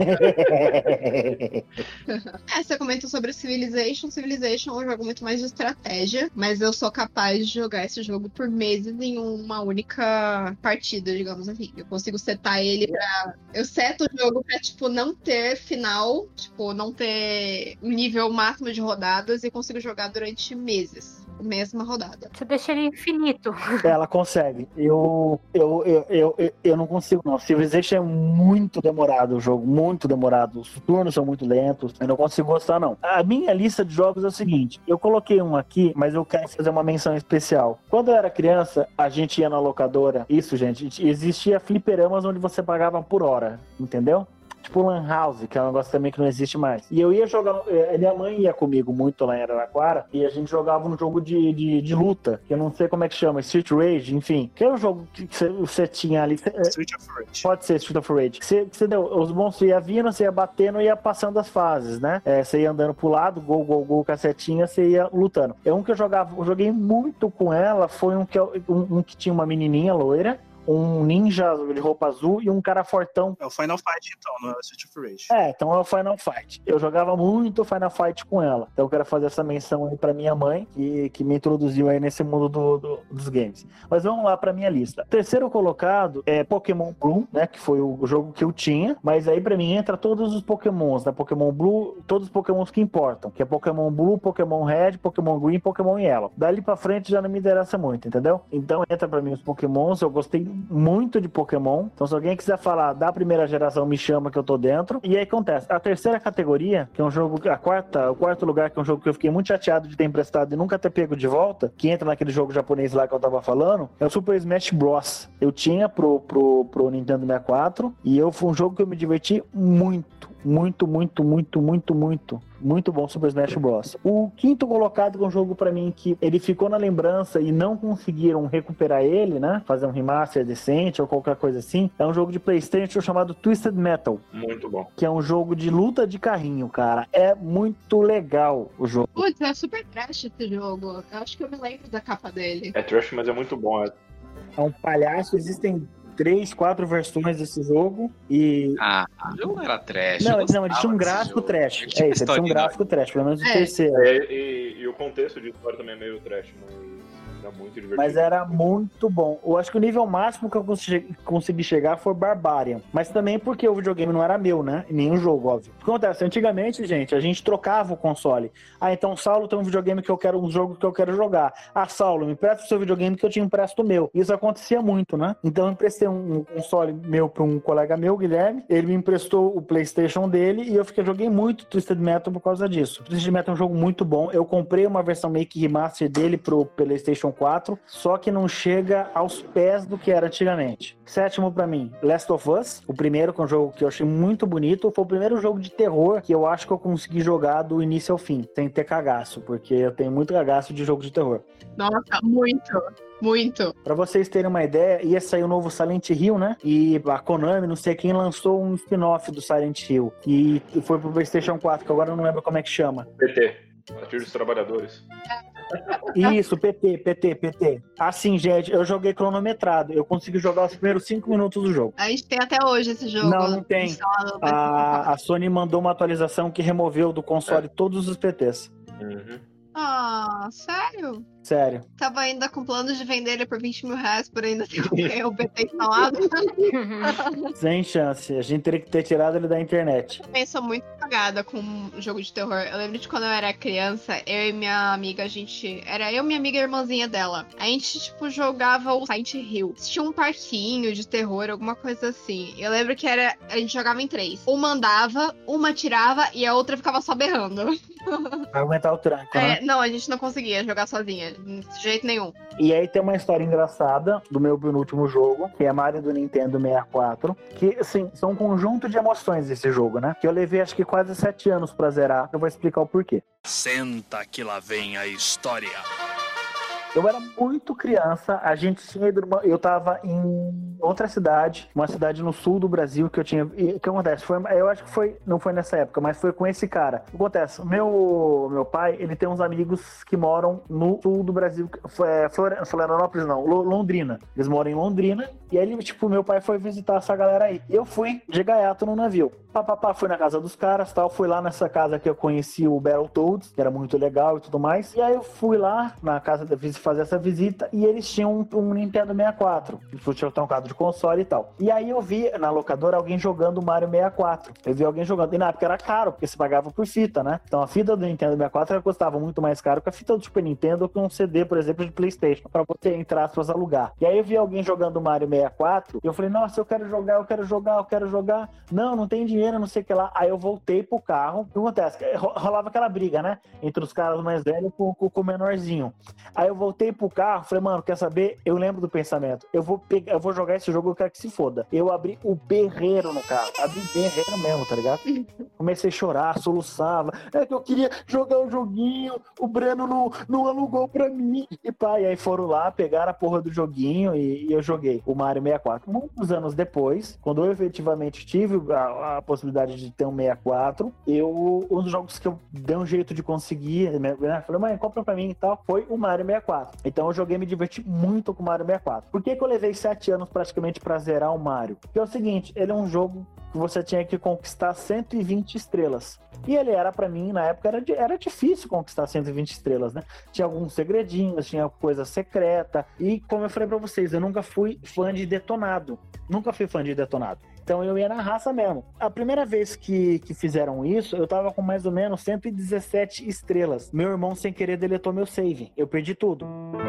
[SPEAKER 5] É, você comentou sobre Civilization. Civilization é um jogo muito mais de estratégia. Mas eu sou capaz de jogar esse jogo por meses em uma única partida, digamos assim. Eu consigo setar ele pra... Eu seto o jogo pra, tipo, não ter final. Tipo, não ter um nível máximo de rodadas. E consigo jogar durante meses. Mesma rodada.
[SPEAKER 6] Você deixa ele infinito.
[SPEAKER 7] Ela consegue. Eu, eu, eu, eu, eu, eu não consigo, não. Civilization é muito demorado o jogo, muito demorado. Os turnos são muito lentos. Eu não consigo gostar, não. A minha lista de jogos é o seguinte: eu coloquei um aqui, mas eu quero fazer uma menção especial. Quando eu era criança, a gente ia na locadora. Isso, gente, existia fliperamas onde você pagava por hora, entendeu? Tipo Lan House, que é um negócio também que não existe mais. E eu ia jogar... Minha mãe ia comigo muito lá em Araraquara, e a gente jogava um jogo de, de, de luta, que eu não sei como é que chama, Street Rage, enfim. Que era um jogo que você, você tinha ali...
[SPEAKER 10] Street of Rage.
[SPEAKER 7] Pode ser Street of Rage. Você, você deu, os monstros iam vindo, você ia batendo e ia passando as fases, né? É, você ia andando pro lado, gol, gol, gol, cacetinha, você ia lutando. É um que eu jogava, eu joguei muito com ela, foi um que, eu, um, um que tinha uma menininha loira, um ninja de roupa azul e um cara fortão.
[SPEAKER 10] É o Final Fight, então, não é o Street of Rage.
[SPEAKER 7] É, então é o Final Fight. Eu jogava muito Final Fight com ela. Então eu quero fazer essa menção aí pra minha mãe, que, que me introduziu aí nesse mundo do, do, dos games. Mas vamos lá pra minha lista. Terceiro colocado é Pokémon Blue, né, que foi o jogo que eu tinha, mas aí pra mim entra todos os Pokémons, da Pokémon Blue, todos os Pokémons que importam, que é Pokémon Blue, Pokémon Red, Pokémon Green, Pokémon Yellow. Dali pra frente já não me interessa muito, entendeu? Então entra pra mim os Pokémons, eu gostei muito de Pokémon. Então, se alguém quiser falar da primeira geração, me chama que eu tô dentro. E aí acontece. A terceira categoria, que é um jogo, a quarta, o quarto lugar, que é um jogo que eu fiquei muito chateado de ter emprestado e nunca ter pego de volta, que entra naquele jogo japonês lá que eu tava falando, é o Super Smash Bros. Eu tinha pro, pro, pro Nintendo sessenta e quatro e eu, foi um jogo que eu me diverti muito. Muito, muito, muito, muito, muito. Muito bom Super Smash Bros. O quinto colocado, que é um jogo pra mim que ele ficou na lembrança e não conseguiram recuperar ele, né? Fazer um remaster decente ou qualquer coisa assim. É um jogo de PlayStation chamado Twisted Metal.
[SPEAKER 3] Muito bom.
[SPEAKER 7] Que é um jogo de luta de carrinho, cara. É muito legal o jogo.
[SPEAKER 5] Putz, é super trash esse jogo. Eu acho que eu me lembro da capa dele.
[SPEAKER 3] É trash, mas é muito bom. É,
[SPEAKER 7] é um palhaço, existem três, quatro versões desse jogo e...
[SPEAKER 8] Ah, o jogo não era trash.
[SPEAKER 7] Não, não, ele tinha um gráfico trash. É isso, ele tinha um gráfico trash, pelo menos o
[SPEAKER 5] É.
[SPEAKER 7] terceiro.
[SPEAKER 3] é, e, e o contexto de história também é meio trash, mas era muito divertido.
[SPEAKER 7] Mas era muito bom. Eu acho que o nível máximo que eu consegui, consegui chegar foi Barbarian. Mas também porque o videogame não era meu, né? E nem o jogo, óbvio. O que acontece? Antigamente, gente, a gente trocava o console. Ah, então Saulo tem um videogame que eu quero, um jogo que eu quero jogar. Ah, Saulo, me empresta o seu videogame que eu te empresto o meu. Isso acontecia muito, né? Então eu emprestei um, um console meu para um colega meu, Guilherme. Ele me emprestou o PlayStation dele e eu fiquei, joguei muito Twisted Metal por causa disso. Twisted Metal é um jogo muito bom. Eu comprei uma versão meio que remaster dele pro PlayStation quatro, só que não chega aos pés do que era antigamente. Sétimo pra mim, Last of Us, o primeiro, que é um jogo que eu achei muito bonito. Foi o primeiro jogo de terror que eu acho que eu consegui jogar do início ao fim, sem ter cagaço, porque eu tenho muito cagaço de jogo de terror.
[SPEAKER 5] Nossa, muito. Muito.
[SPEAKER 7] Pra vocês terem uma ideia, ia sair o novo Silent Hill, né? E a Konami, não sei quem, lançou um spin-off do Silent Hill. E foi pro PlayStation quatro, que agora eu não lembro como é que chama.
[SPEAKER 3] P T, Partido dos Trabalhadores.
[SPEAKER 7] Isso, P T, P T, P T. Assim, gente, eu joguei cronometrado. Eu consegui jogar os primeiros cinco minutos do jogo.
[SPEAKER 5] A gente tem até hoje esse jogo.
[SPEAKER 7] Não, não tem. A, a Sony mandou uma atualização que removeu do console todos os P Ts.
[SPEAKER 3] Uhum.
[SPEAKER 5] Ah, sério?
[SPEAKER 7] Sério.
[SPEAKER 5] Tava ainda com planos de vender ele por vinte mil reais por ainda ter o P T instalado.
[SPEAKER 7] Sem chance. A gente teria que ter tirado ele da internet.
[SPEAKER 5] Eu também sou muito cagada com jogo de terror. Eu lembro de quando eu era criança, eu e minha amiga, a gente... Era eu, minha amiga e a irmãzinha dela. A gente, tipo, jogava o Silent Hill. Tinha um parquinho de terror, alguma coisa assim. Eu lembro que era... A gente jogava em três. Uma andava, uma tirava e a outra ficava só berrando.
[SPEAKER 7] Pra aguentar o tranco, né?
[SPEAKER 5] É, não, a gente não conseguia jogar sozinha. De jeito nenhum.
[SPEAKER 7] E aí tem uma história engraçada do meu penúltimo jogo, que é Mario do Nintendo sessenta e quatro, que, assim, são um conjunto de emoções esse jogo, né? Que eu levei, acho que quase sete anos pra zerar. Eu vou explicar o porquê.
[SPEAKER 13] Senta que lá vem a história.
[SPEAKER 7] Eu era muito criança, a gente tinha ido, eu tava em outra cidade, uma cidade no sul do Brasil que eu tinha, e o que acontece, foi, eu acho que foi, não foi nessa época, mas foi com esse cara. O que acontece, meu, meu pai, ele tem uns amigos que moram no sul do Brasil, é, Florianópolis não, Londrina, eles moram em Londrina, e aí, tipo, meu pai foi visitar essa galera aí. Eu fui de gaiato no navio. Papapá, fui na casa dos caras, tal, fui lá nessa casa que eu conheci o Battletoads, que era muito legal e tudo mais, e aí eu fui lá na casa da visita fazer essa visita e eles tinham um, um Nintendo sessenta e quatro. Eles tinham trocado de console e tal. E aí eu vi na locadora alguém jogando Mario sessenta e quatro. Eu vi alguém jogando. E na época era caro, porque se pagava por fita, né? Então a fita do Nintendo sessenta e quatro ela custava muito mais caro que a fita do Super Nintendo ou que um C D, por exemplo, de PlayStation, pra você entrar para alugar. E aí eu vi alguém jogando Mario sessenta e quatro e eu falei, nossa, eu quero jogar, eu quero jogar, eu quero jogar. Não, não tem dinheiro, não sei o que lá. Aí eu voltei pro carro. O que acontece? Rolava aquela briga, né? Entre os caras mais velhos com, com, com o menorzinho. Aí eu voltei pro carro, falei, mano, quer saber? Eu lembro do pensamento. Eu vou pegar, eu vou jogar esse jogo, eu quero que se foda. Eu abri o berreiro no carro. Abri o berreiro mesmo, tá ligado? Comecei a chorar, soluçava. É que eu queria jogar o joguinho, o Breno não, não alugou pra mim. E pá, e aí foram lá, pegaram a porra do joguinho e, e eu joguei o Mario sessenta e quatro. Muitos anos depois, quando eu efetivamente tive a, a possibilidade de ter um sessenta e quatro, eu, um dos jogos que eu dei um jeito de conseguir, né? Falei, mãe, compra pra mim e tal, foi o Mario sessenta e quatro. Então eu joguei, me diverti muito com o Mario sessenta e quatro. Por que que eu levei sete anos praticamente pra zerar o Mario? Porque é o seguinte, ele é um jogo que você tinha que conquistar cento e vinte estrelas. E ele era, pra mim, na época, era, era difícil conquistar cento e vinte estrelas, né? Tinha alguns segredinhos, tinha coisa secreta. E, como eu falei pra vocês, eu nunca fui fã de Detonado. Nunca fui fã de Detonado. Então eu ia na raça mesmo. A primeira vez que, que fizeram isso, eu tava com mais ou menos cento e dezessete estrelas. Meu irmão, sem querer, deletou meu save. Eu perdi tudo.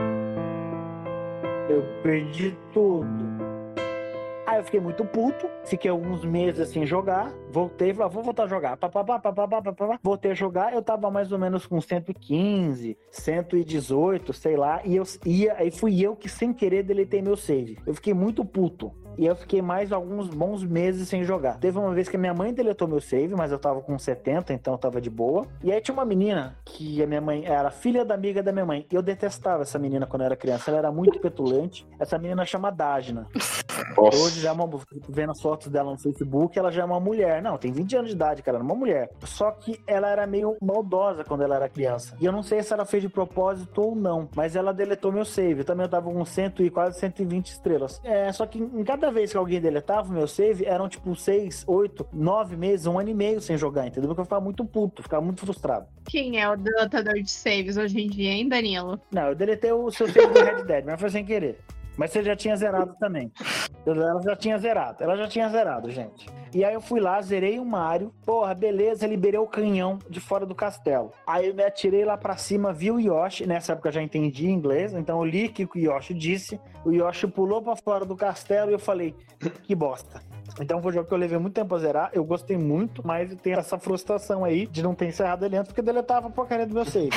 [SPEAKER 7] Eu perdi tudo. Aí eu fiquei muito puto, fiquei alguns meses sem jogar, voltei e falei, vou voltar a jogar. Pá, pá, pá, pá, pá, pá, pá. Voltei a jogar, eu tava mais ou menos com cento e quinze, cento e dezoito, sei lá, e eu ia, aí fui eu que sem querer deletei meu save. Eu fiquei muito puto. E eu fiquei mais alguns bons meses sem jogar. Teve uma vez que a minha mãe deletou meu save, mas eu tava com setenta, então eu tava de boa. E aí tinha uma menina que a minha mãe era filha da amiga da minha mãe. E eu detestava essa menina quando eu era criança. Ela era muito petulante. Essa menina chama Dagna.
[SPEAKER 3] Nossa.
[SPEAKER 7] Hoje já é uma, vendo as fotos dela no Facebook, ela já é uma mulher. Não, tem vinte anos de idade, cara, uma mulher. Só que ela era meio maldosa quando ela era criança. E eu não sei se ela fez de propósito ou não, mas ela deletou meu save. Eu também eu tava com cento e quase cento e vinte estrelas. É, só que em cada vez que alguém deletava o meu save, eram tipo seis, oito, nove meses, um ano e meio sem jogar, entendeu? Porque eu ficava muito puto, ficava muito frustrado.
[SPEAKER 5] Quem é o deletador de saves hoje em dia, hein, Danilo?
[SPEAKER 7] Não, eu deletei o seu save do Red Dead, mas foi sem querer. Mas você já tinha zerado também. Ela já tinha zerado. Ela já tinha zerado, gente. E aí eu fui lá, zerei o Mario. Porra, beleza, liberei o canhão de fora do castelo. Aí eu me atirei lá pra cima, vi o Yoshi. Nessa época eu já entendi inglês, então eu li o que o Yoshi disse. O Yoshi pulou pra fora do castelo e eu falei, que bosta. Então foi um jogo que eu levei muito tempo a zerar. Eu gostei muito, mas eu tenho essa frustração aí de não ter encerrado ele antes, porque deletava a porcaria do meu save.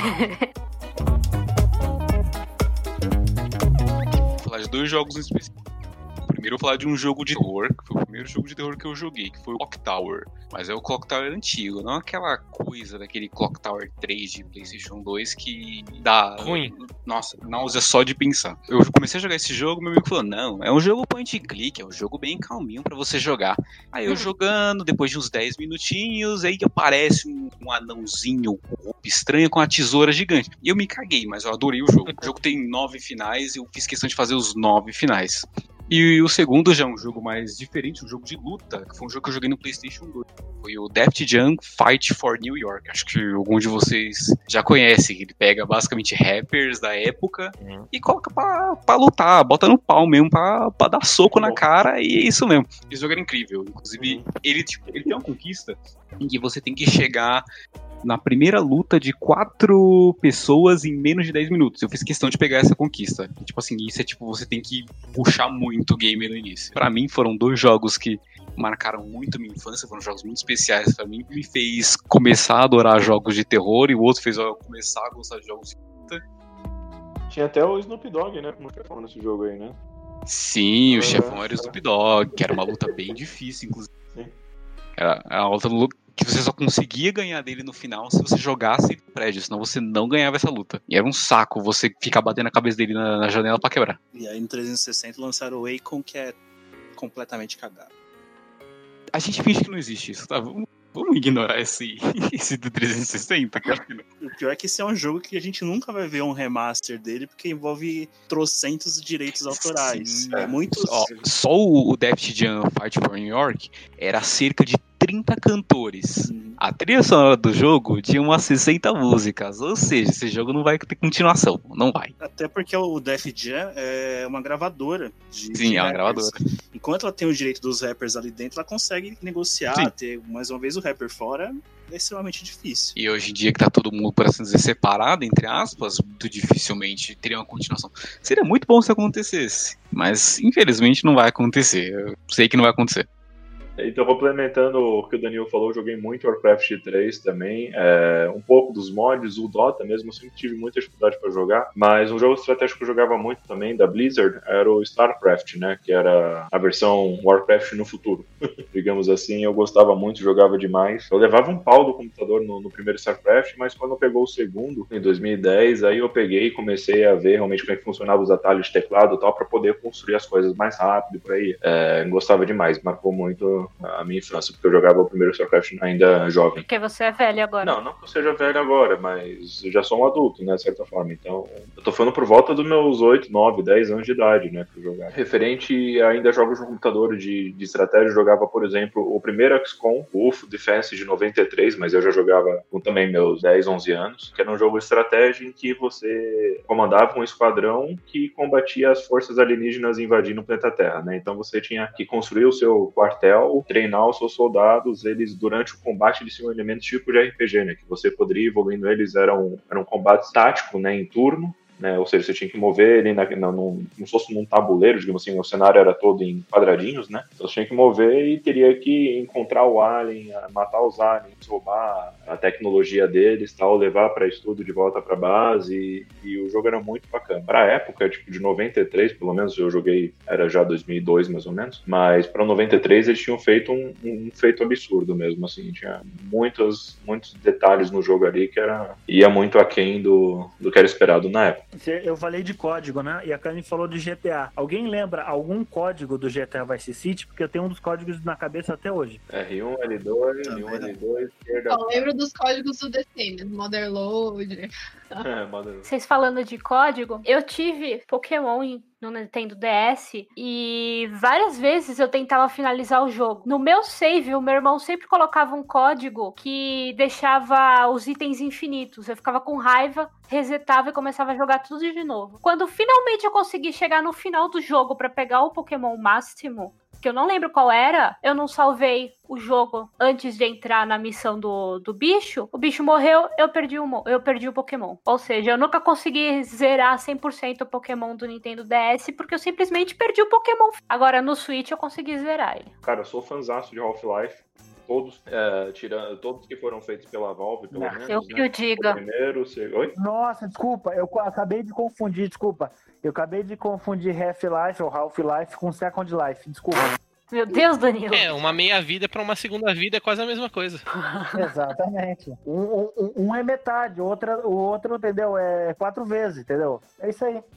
[SPEAKER 8] Vou falar de dois jogos em específico. O Primeiro eu vou falar de um jogo de terror, que foi o primeiro jogo de terror que eu joguei, que foi o Clock Tower. Mas é o Clock Tower antigo, não aquela coisa daquele Clock Tower três de PlayStation dois que dá...
[SPEAKER 9] Ruim.
[SPEAKER 8] Nossa, náusea só de pensar. Eu comecei a jogar esse jogo, meu amigo falou, não, é um jogo point and click, é um jogo bem calminho pra você jogar. Aí eu jogando, depois de uns dez minutinhos, aí aparece um, um anãozinho, um roupa estranha com a tesoura gigante. E eu me caguei, mas eu adorei o jogo. O jogo tem nove finais e eu fiz questão de fazer os nove finais. E o segundo já é um jogo mais diferente, um jogo de luta, que foi um jogo que eu joguei no PlayStation dois. Foi o Def Jam Fight for New York. Acho que algum de vocês já conhece. Ele pega basicamente rappers da época uhum. e coloca pra, pra lutar, bota no pau mesmo, pra, pra dar soco na cara, e é isso mesmo. Esse jogo era incrível. Inclusive, uhum. ele, tipo, ele tem uma conquista em que você tem que chegar na primeira luta de quatro pessoas em menos de dez minutos. Eu fiz questão de pegar essa conquista. E, tipo assim, isso é tipo, você tem que puxar muito o game no início. Pra mim, foram dois jogos que marcaram muito minha infância, foram jogos muito especiais pra mim. Me fez começar a adorar jogos de terror, e o outro fez eu começar a gostar de jogos de luta.
[SPEAKER 3] Tinha até o Snoop Dogg, né, como chefão nesse jogo aí, né?
[SPEAKER 8] Sim, o é, chefão era o Snoop Dogg, que era uma luta bem difícil, inclusive. Sim. Era, era uma luta que você só conseguia ganhar dele no final se você jogasse no prédio, senão você não ganhava essa luta. E era um saco você ficar batendo a cabeça dele na, na janela pra quebrar.
[SPEAKER 10] E aí no trezentos e sessenta lançaram o Akon, que é completamente cagado.
[SPEAKER 8] A gente finge que não existe isso, tá? Vamos, vamos ignorar esse, esse do trezentos e sessenta, cara.
[SPEAKER 10] O pior é que esse é um jogo que a gente nunca vai ver um remaster dele, porque envolve trocentos direitos autorais.
[SPEAKER 8] Sim,
[SPEAKER 10] é muitos...
[SPEAKER 8] Ó, só o, o Def Jam Fight for New York era cerca de trinta cantores. Hum. A trilha sonora do jogo tinha umas sessenta músicas, ou seja, esse jogo não vai ter continuação, não vai.
[SPEAKER 10] Até porque o Def Jam é uma gravadora de
[SPEAKER 8] Sim,
[SPEAKER 10] de
[SPEAKER 8] é uma
[SPEAKER 10] rappers.
[SPEAKER 8] gravadora.
[SPEAKER 10] Enquanto ela tem o direito dos rappers ali dentro, ela consegue negociar, Sim. ter mais uma vez o rapper fora, é extremamente difícil.
[SPEAKER 8] E hoje em dia que tá todo mundo, por assim dizer, separado, entre aspas, muito dificilmente teria uma continuação. Seria muito bom se acontecesse, mas infelizmente não vai acontecer. Eu sei que não vai acontecer.
[SPEAKER 3] Então, complementando o que o Danilo falou, eu joguei muito Warcraft três também, é, um pouco dos mods, o Dota mesmo, eu sempre tive muita dificuldade para jogar, mas um jogo estratégico que eu jogava muito também, da Blizzard, era o StarCraft, né, que era a versão Warcraft no futuro, digamos assim. Eu gostava muito, jogava demais. Eu levava um pau do computador no, no primeiro StarCraft, mas quando pegou o segundo, em dois mil e dez, aí eu peguei e comecei a ver realmente como é que funcionava os atalhos de teclado e tal, para poder construir as coisas mais rápido, por aí. É, gostava demais, marcou muito a minha infância, porque eu jogava o primeiro StarCraft ainda jovem.
[SPEAKER 6] Porque você é velho agora.
[SPEAKER 3] Não, não que eu seja velho agora, mas eu já sou um adulto, né, de certa forma. Então, eu tô falando por volta dos meus oito, nove, dez anos de idade, né, que eu jogava. Referente a ainda jogos no computador de, de estratégia, eu jogava, por exemplo, o primeiro X COM, o U F O Defense de noventa e três, mas eu já jogava com também meus dez, onze anos, que era um jogo de estratégia em que você comandava um esquadrão que combatia as forças alienígenas invadindo o planeta Terra, né. Então você tinha que construir o seu quartel, treinar os seus soldados, eles durante o combate eles tinham elementos tipo de R P G, né, que você poderia ir evoluindo eles, era um, era um combate tático, né, em turno, né, ou seja, você tinha que mover ele na, na, num, como se fosse num tabuleiro, digamos assim, o cenário era todo em quadradinhos, né, então você tinha que mover e teria que encontrar o alien, matar os aliens, roubar a tecnologia deles, tal, levar para estudo de volta para base, e, e o jogo era muito bacana. Para a época, tipo, de noventa e três, pelo menos eu joguei, era já dois mil e dois mais ou menos, mas para noventa e três eles tinham feito um, um feito absurdo mesmo, assim, tinha muitos, muitos detalhes no jogo ali que era, ia muito aquém do, do que era esperado na época.
[SPEAKER 7] Eu falei de código, né? E a Karen falou de G T A. Alguém lembra algum código do G T A Vice City? Porque eu tenho um dos códigos na cabeça até hoje.
[SPEAKER 3] R um, L dois, R um, L dois, esquerda.
[SPEAKER 5] Eu lembro dos códigos do The Sims, Motherload.
[SPEAKER 3] É, Motherload.
[SPEAKER 6] Vocês falando de código, eu tive Pokémon no Nintendo D S e várias vezes eu tentava finalizar o jogo. No meu save, o meu irmão sempre colocava um código que deixava os itens infinitos. Eu ficava com raiva, resetava e começava a jogar tudo de novo. Quando finalmente eu consegui chegar no final do jogo pra pegar o Pokémon máximo, que eu não lembro qual era, eu não salvei o jogo antes de entrar na missão do, do bicho, o bicho morreu, eu perdi, o, eu perdi o Pokémon. Ou seja, eu nunca consegui zerar cem por cento o Pokémon do Nintendo D S, porque eu simplesmente perdi o Pokémon. Agora, no Switch, eu consegui zerar ele.
[SPEAKER 3] Cara, eu sou fãzaço de Half-Life. todos, é, tirando, todos que foram feitos pela Valve, pelo
[SPEAKER 6] Não,
[SPEAKER 3] menos.
[SPEAKER 6] eu
[SPEAKER 3] né?
[SPEAKER 6] que o diga.
[SPEAKER 3] O primeiro, o segundo... Oi?
[SPEAKER 7] Nossa, desculpa, eu co- acabei de confundir, desculpa. Eu acabei de confundir Half-Life ou Half-Life com Second Life, desculpa.
[SPEAKER 6] Meu Deus, Danilo.
[SPEAKER 9] É, uma meia vida pra uma segunda vida é quase a mesma coisa.
[SPEAKER 7] Exatamente. Um, um, um é metade, outra, o outro, entendeu? É quatro vezes, entendeu? É isso aí.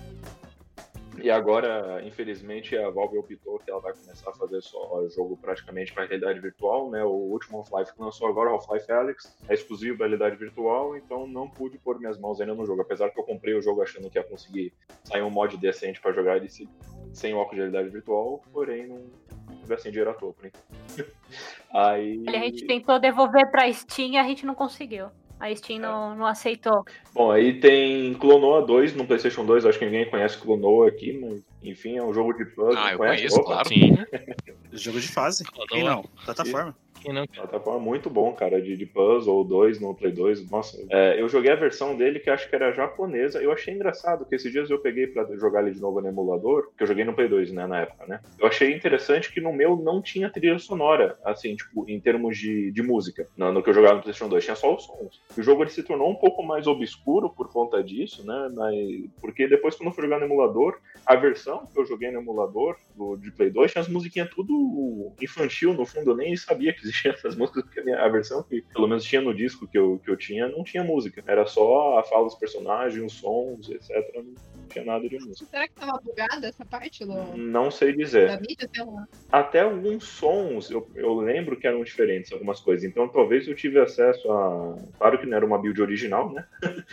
[SPEAKER 3] E agora, infelizmente, a Valve optou que ela vai começar a fazer só jogo praticamente para realidade virtual, né? O último Half-Life que lançou agora, Half-Life Alyx, é exclusivo da realidade virtual, então não pude pôr minhas mãos ainda no jogo. Apesar que eu comprei o jogo achando que ia conseguir sair um mod decente para jogar ele sem óculos de realidade virtual, porém não tive assim dinheiro à toa, por enquanto. Aí...
[SPEAKER 6] A gente tentou devolver pra Steam e a gente não conseguiu. A Steam não, não aceitou.
[SPEAKER 3] Bom, aí tem Clonoa dois no PlayStation dois, acho que ninguém conhece Clonoa aqui, mas enfim, é um jogo de puzzle.
[SPEAKER 8] Ah, eu
[SPEAKER 3] conhece?
[SPEAKER 8] conheço,
[SPEAKER 3] Opa.
[SPEAKER 8] claro.
[SPEAKER 9] Sim.
[SPEAKER 10] Jogo de fase.
[SPEAKER 9] Clonoa.
[SPEAKER 10] Quem não? Plataforma.
[SPEAKER 9] Quem não...
[SPEAKER 3] Plataforma muito bom, cara, de, de puzzle dois no Play dois. Nossa, é, eu joguei a versão dele que acho que era japonesa. Eu achei engraçado que esses dias eu peguei pra jogar ele de novo no emulador, que eu joguei no Play dois, né, na época, né? Eu achei interessante que no meu não tinha trilha sonora, assim, tipo, em termos de, de música, no, no que eu jogava no PlayStation dois, tinha só os sons. O jogo ele se tornou um pouco mais obscuro por conta disso, né? Mas, porque depois, quando eu fui jogar no emulador, a versão que eu joguei no emulador do, de Play dois tinha as musiquinhas tudo infantil, no fundo eu nem sabia que existiam essas músicas, porque a, minha, a versão que pelo menos tinha no disco que eu, que eu tinha, não tinha música. Era só a fala dos personagens, os sons, etcétera. Não tinha nada de música.
[SPEAKER 5] Será que tava bugada essa parte do,
[SPEAKER 3] Não sei dizer.
[SPEAKER 5] da mídia? Sei lá.
[SPEAKER 3] Até alguns sons eu, eu lembro que eram diferentes, algumas coisas. Então talvez eu tive acesso a... Claro que não era uma build original, né?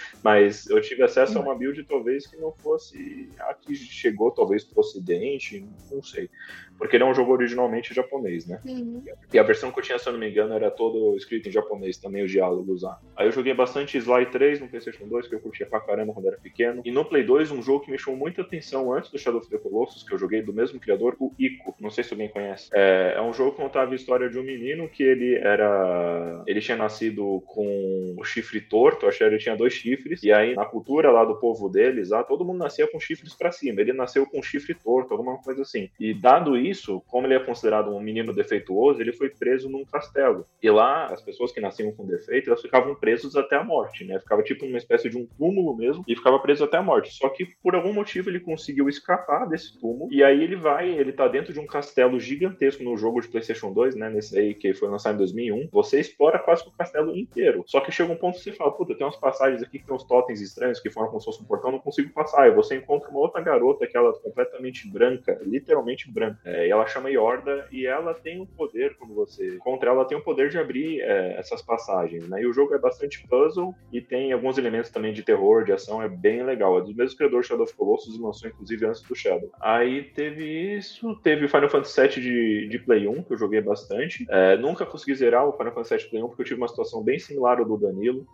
[SPEAKER 3] Mas eu tive acesso a uma build talvez que não fosse a que chegou talvez pro ocidente, não sei. Porque ele é um jogo originalmente japonês, né?
[SPEAKER 5] Uhum.
[SPEAKER 3] E a versão que eu tinha, se eu não me engano, era todo escrito em japonês também, os diálogos lá. Aí eu joguei bastante Sly três no PlayStation dois, que eu curtia pra caramba quando era pequeno. E no Play dois, um jogo que me chamou muita atenção antes do Shadow of the Colossus, que eu joguei do mesmo criador, o Ico. Não sei se alguém conhece. É, é um jogo que contava a história de um menino que ele era... Ele tinha nascido com o chifre torto, acho que ele tinha dois chifres. E aí, na cultura lá do povo deles, lá, todo mundo nascia com chifres pra cima. Ele nasceu com chifre torto, alguma coisa assim. E dado isso, como ele é considerado um menino defeituoso, ele foi preso num castelo. E lá, as pessoas que nasciam com defeito, elas ficavam presas até a morte, né? Ficava tipo uma espécie de um túmulo mesmo, e ficava preso até a morte. Só que, por algum motivo, ele conseguiu escapar desse túmulo, e aí ele vai, ele tá dentro de um castelo gigantesco no jogo de PlayStation dois, né? Nesse aí, que foi lançado em dois mil e um. Você explora quase que o castelo inteiro. Só que chega um ponto que você fala, puta, tem umas passagens aqui que tem uns totens estranhos que foram como se fosse um portão, não consigo passar. E você encontra uma outra garota que ela é completamente branca, literalmente branca. É, e ela chama Yorda, e ela tem um poder, quando você encontra ela, tem o poder de abrir é, essas passagens, né? E o jogo é bastante puzzle, e tem alguns elementos também de terror, de ação, é bem legal. É do mesmo criador Shadow of Colossus, e lançou inclusive antes do Shadow. Aí teve isso, teve Final Fantasy sete de, de Play um, que eu joguei bastante. É, nunca consegui zerar o Final Fantasy sete Play um, porque eu tive uma situação bem similar ao do Danilo,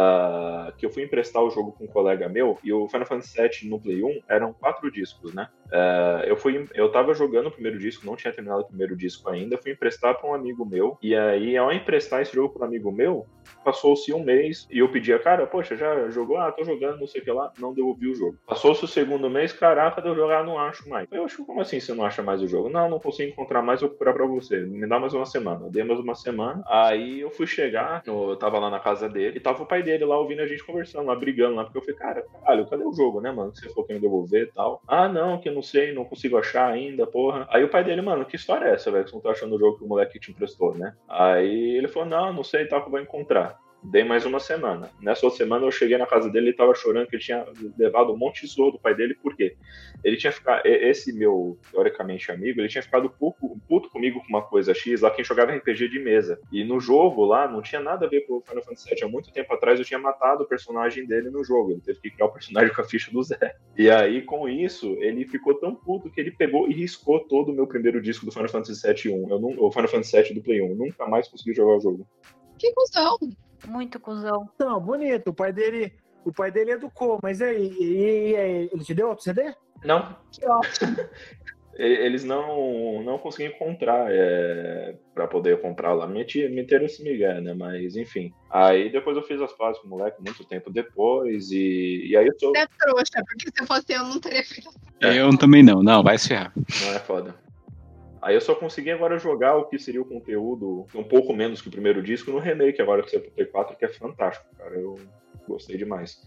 [SPEAKER 3] uh, que eu fui emprestar o jogo com um colega meu, e o Final Fantasy sete no Play um eram quatro discos, né? Uh, eu, fui, eu tava jogando o primeiro disco, não tinha terminado o primeiro disco ainda, fui emprestar para um amigo meu, e aí ao emprestar esse jogo para um amigo meu, passou-se um mês, e eu pedia, cara, poxa, já jogou? Ah, tô jogando, não sei o que lá, não devolvi o jogo. Passou-se o segundo mês, caraca, de eu jogar, não acho mais. Eu acho, como assim você não acha mais o jogo? Não, não consigo encontrar mais, vou procurar pra você, me dá mais uma semana. Eu dei mais uma semana, aí eu fui chegar, eu tava lá na casa dele, e tava o pai dele lá ouvindo a gente conversando, lá brigando lá, porque eu falei, cara, caralho, cadê o jogo, né, mano? Você falou que ia me devolver e tal. Ah, não, que eu não sei, não consigo achar ainda, porra. Aí o pai dele, mano, que história é essa, velho? Que você não tá achando o jogo que o moleque te emprestou, né? Aí ele falou, não, não sei, tal, que eu vou encontrar. Dei mais uma semana. Nessa outra semana eu cheguei na casa dele e ele tava chorando que ele tinha levado um monte de tesouro do pai dele. Por quê? Ele tinha ficado... Esse meu, teoricamente, amigo, ele tinha ficado puto, puto comigo com uma coisa X, lá quem jogava R P G de mesa. E no jogo lá, não tinha nada a ver com o Final Fantasy sete. Há muito tempo atrás eu tinha matado o personagem dele no jogo. Ele teve que criar o personagem com a ficha do Zé. E aí, com isso, ele ficou tão puto que ele pegou e riscou todo o meu primeiro disco do Final Fantasy sete um. Eu não... O Final Fantasy sete do Play um. Eu nunca mais consegui jogar o jogo.
[SPEAKER 5] Que cuzão!
[SPEAKER 6] Muito cuzão.
[SPEAKER 7] Não, bonito. O pai dele, o pai dele educou, mas aí, e, e, e, ele te deu outro C D?
[SPEAKER 3] Não.
[SPEAKER 5] Que ótimo.
[SPEAKER 3] Eles não, não conseguiam encontrar é, pra poder comprar lá. Me meteram esse migué, né? Mas, enfim. Aí depois eu fiz as pazes com o moleque muito tempo depois. E, e aí eu tô...
[SPEAKER 5] Você é trouxa, porque se fosse eu não teria feito.
[SPEAKER 8] Eu também não. Não, vai se ferrar.
[SPEAKER 3] Não é foda. Aí eu só consegui agora jogar o que seria o conteúdo um pouco menos que o primeiro disco no remake agora que saiu pro Play quatro, que é fantástico, cara. Eu gostei demais.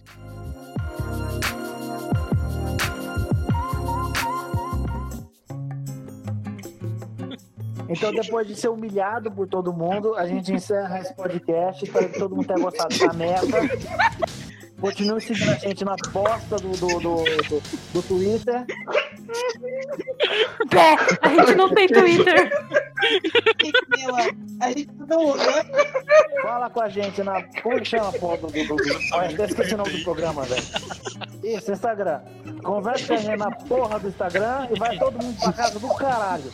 [SPEAKER 7] Então, depois de ser humilhado por todo mundo, a gente encerra esse podcast. Espero que todo mundo tenha gostado dessa merda. Continue seguindo a gente na bosta do, do, do, do, do Twitter.
[SPEAKER 6] É, a gente não tem Twitter.
[SPEAKER 5] A gente não.
[SPEAKER 7] Fala com a gente na. Como que chama, porra, do. do, do, do... Olha, até esqueci o nome do programa, velho. Isso, Instagram. Conversa com a gente na porra do Instagram e vai todo mundo pra casa do caralho.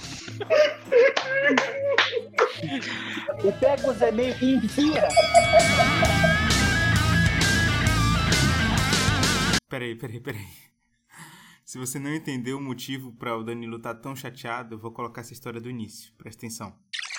[SPEAKER 7] E pega os e-mails e enfia.
[SPEAKER 4] Peraí, peraí, peraí. Se você não entendeu o motivo para o Danilo estar tão chateado, eu vou colocar essa história do início. Presta atenção.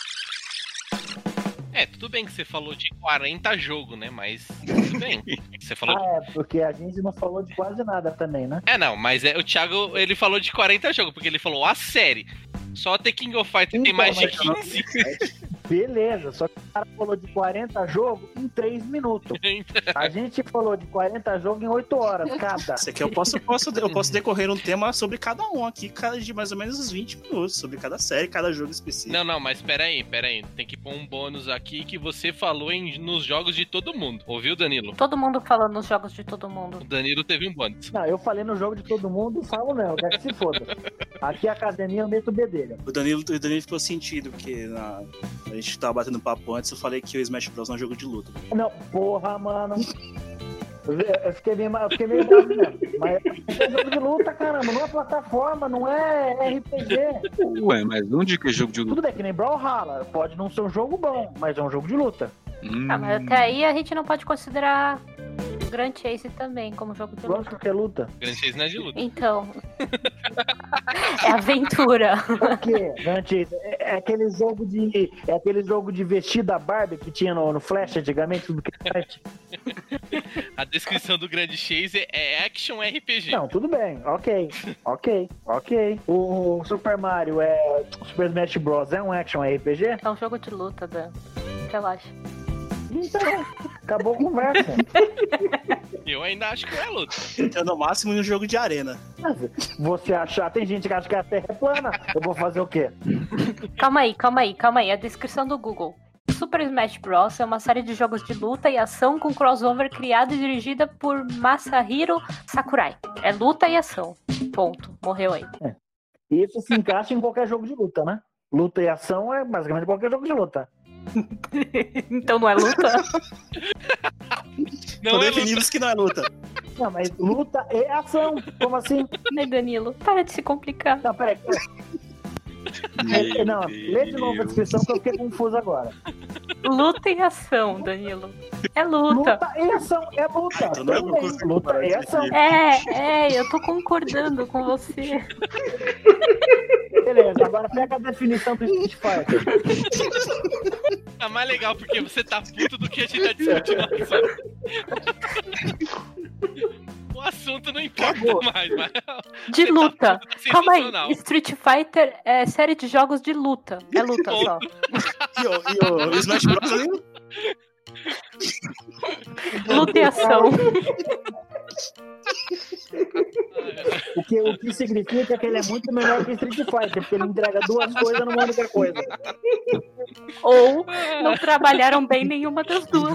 [SPEAKER 9] É, tudo bem que você falou de quarenta jogos, né? Mas tudo bem. Você falou
[SPEAKER 7] Ah, é, porque a gente não falou de quase nada também, né?
[SPEAKER 9] É, não, mas é, o Thiago, ele falou de quarenta jogos, porque ele falou a série. Só The King of Fighters
[SPEAKER 7] Então,
[SPEAKER 9] tem mais de
[SPEAKER 7] mas-
[SPEAKER 9] quinze.
[SPEAKER 7] Beleza, só que o cara falou de quarenta jogos em três minutos. A gente falou de quarenta jogos em oito horas cada.
[SPEAKER 10] Isso aqui eu posso, posso, eu posso decorrer um tema sobre cada um aqui, cada de mais ou menos uns vinte minutos, sobre cada série, cada jogo específico.
[SPEAKER 9] Não, não, mas peraí, peraí. Tem que pôr um bônus aqui que você falou em, nos jogos de todo mundo. Ouviu, Danilo?
[SPEAKER 6] Todo mundo falando nos jogos de todo mundo.
[SPEAKER 9] O Danilo teve um bônus.
[SPEAKER 7] Não, eu falei no jogo de todo mundo, falo não, quer que se foda. Aqui a academia eu meto o bedelho.
[SPEAKER 10] O Danilo, o Danilo ficou sentido, porque na, a gente tava batendo papo antes, eu falei que o Smash Bros. Não é um jogo de luta.
[SPEAKER 7] Não, porra, mano. Eu, eu fiquei meio, eu fiquei meio bravo mesmo. Mas é jogo de luta, caramba, não é plataforma, não é R P G.
[SPEAKER 8] Ué, mas onde que é jogo de luta?
[SPEAKER 7] Tudo bem, que nem Brawlhalla. Pode não ser um jogo bom, mas é um jogo de luta.
[SPEAKER 8] Hum.
[SPEAKER 6] Ah, mas até aí a gente não pode considerar Grand Chase também como jogo de luta.
[SPEAKER 7] Lógico que é luta.
[SPEAKER 9] Grand Chase não é de luta.
[SPEAKER 6] Então. É aventura.
[SPEAKER 7] O quê? Antes, é, é aquele jogo de. É aquele jogo de vestir da Barbie que tinha no, no Flash antigamente, tudo que faz.
[SPEAKER 9] A descrição do Grand Chase é Action R P G.
[SPEAKER 7] Não, tudo bem, ok, ok, ok. O, o Super Mario é. O Super Smash Bros. É um action R P G?
[SPEAKER 6] É um jogo de luta, Dan. Relaxa.
[SPEAKER 7] Então, acabou a conversa.
[SPEAKER 9] Eu ainda acho que não é luta.
[SPEAKER 10] Então, no máximo, um jogo de arena.
[SPEAKER 7] Você achar, tem gente que acha que a Terra é plana, eu vou fazer o quê?
[SPEAKER 6] Calma aí, calma aí, calma aí. A descrição do Google. Super Smash Bros. É uma série de jogos de luta e ação com crossover criada e dirigida por Masahiro Sakurai. É luta e ação. Ponto. Morreu aí.
[SPEAKER 7] É. Isso se encaixa em qualquer jogo de luta, né? Luta e ação é basicamente qualquer jogo de luta.
[SPEAKER 6] Então não é luta?
[SPEAKER 10] Não é definimos que não é luta.
[SPEAKER 7] Não, mas luta e ação. Como assim?
[SPEAKER 6] Ai, Danilo, para de se complicar.
[SPEAKER 7] Não, peraí. É, não, lê de novo a descrição que eu fiquei confuso agora.
[SPEAKER 6] Luta e ação, Danilo. É luta.
[SPEAKER 7] Luta e ação, é luta.
[SPEAKER 10] Então não é
[SPEAKER 7] Também.
[SPEAKER 10] luta,
[SPEAKER 7] Luta e ação.
[SPEAKER 6] É, é, eu tô concordando com você.
[SPEAKER 7] Beleza, agora pega a definição do Street Fighter.
[SPEAKER 9] Tá mais legal porque você tá puto do que a gente tá discutindo o assunto. O assunto não importa
[SPEAKER 7] Acabou.
[SPEAKER 9] mais, mas...
[SPEAKER 6] De
[SPEAKER 9] Você
[SPEAKER 6] luta.
[SPEAKER 9] tá puto, tá
[SPEAKER 6] Calma aí.
[SPEAKER 9] sensacional.
[SPEAKER 6] Street Fighter é série de jogos de luta. É luta só.
[SPEAKER 10] E o, e o, o Smash Bros. Ali,
[SPEAKER 6] Luta e ação.
[SPEAKER 7] O que, o que significa que ele é muito melhor que Street Fighter, porque ele entrega duas coisas numa única coisa.
[SPEAKER 6] Ou não trabalharam bem nenhuma das duas.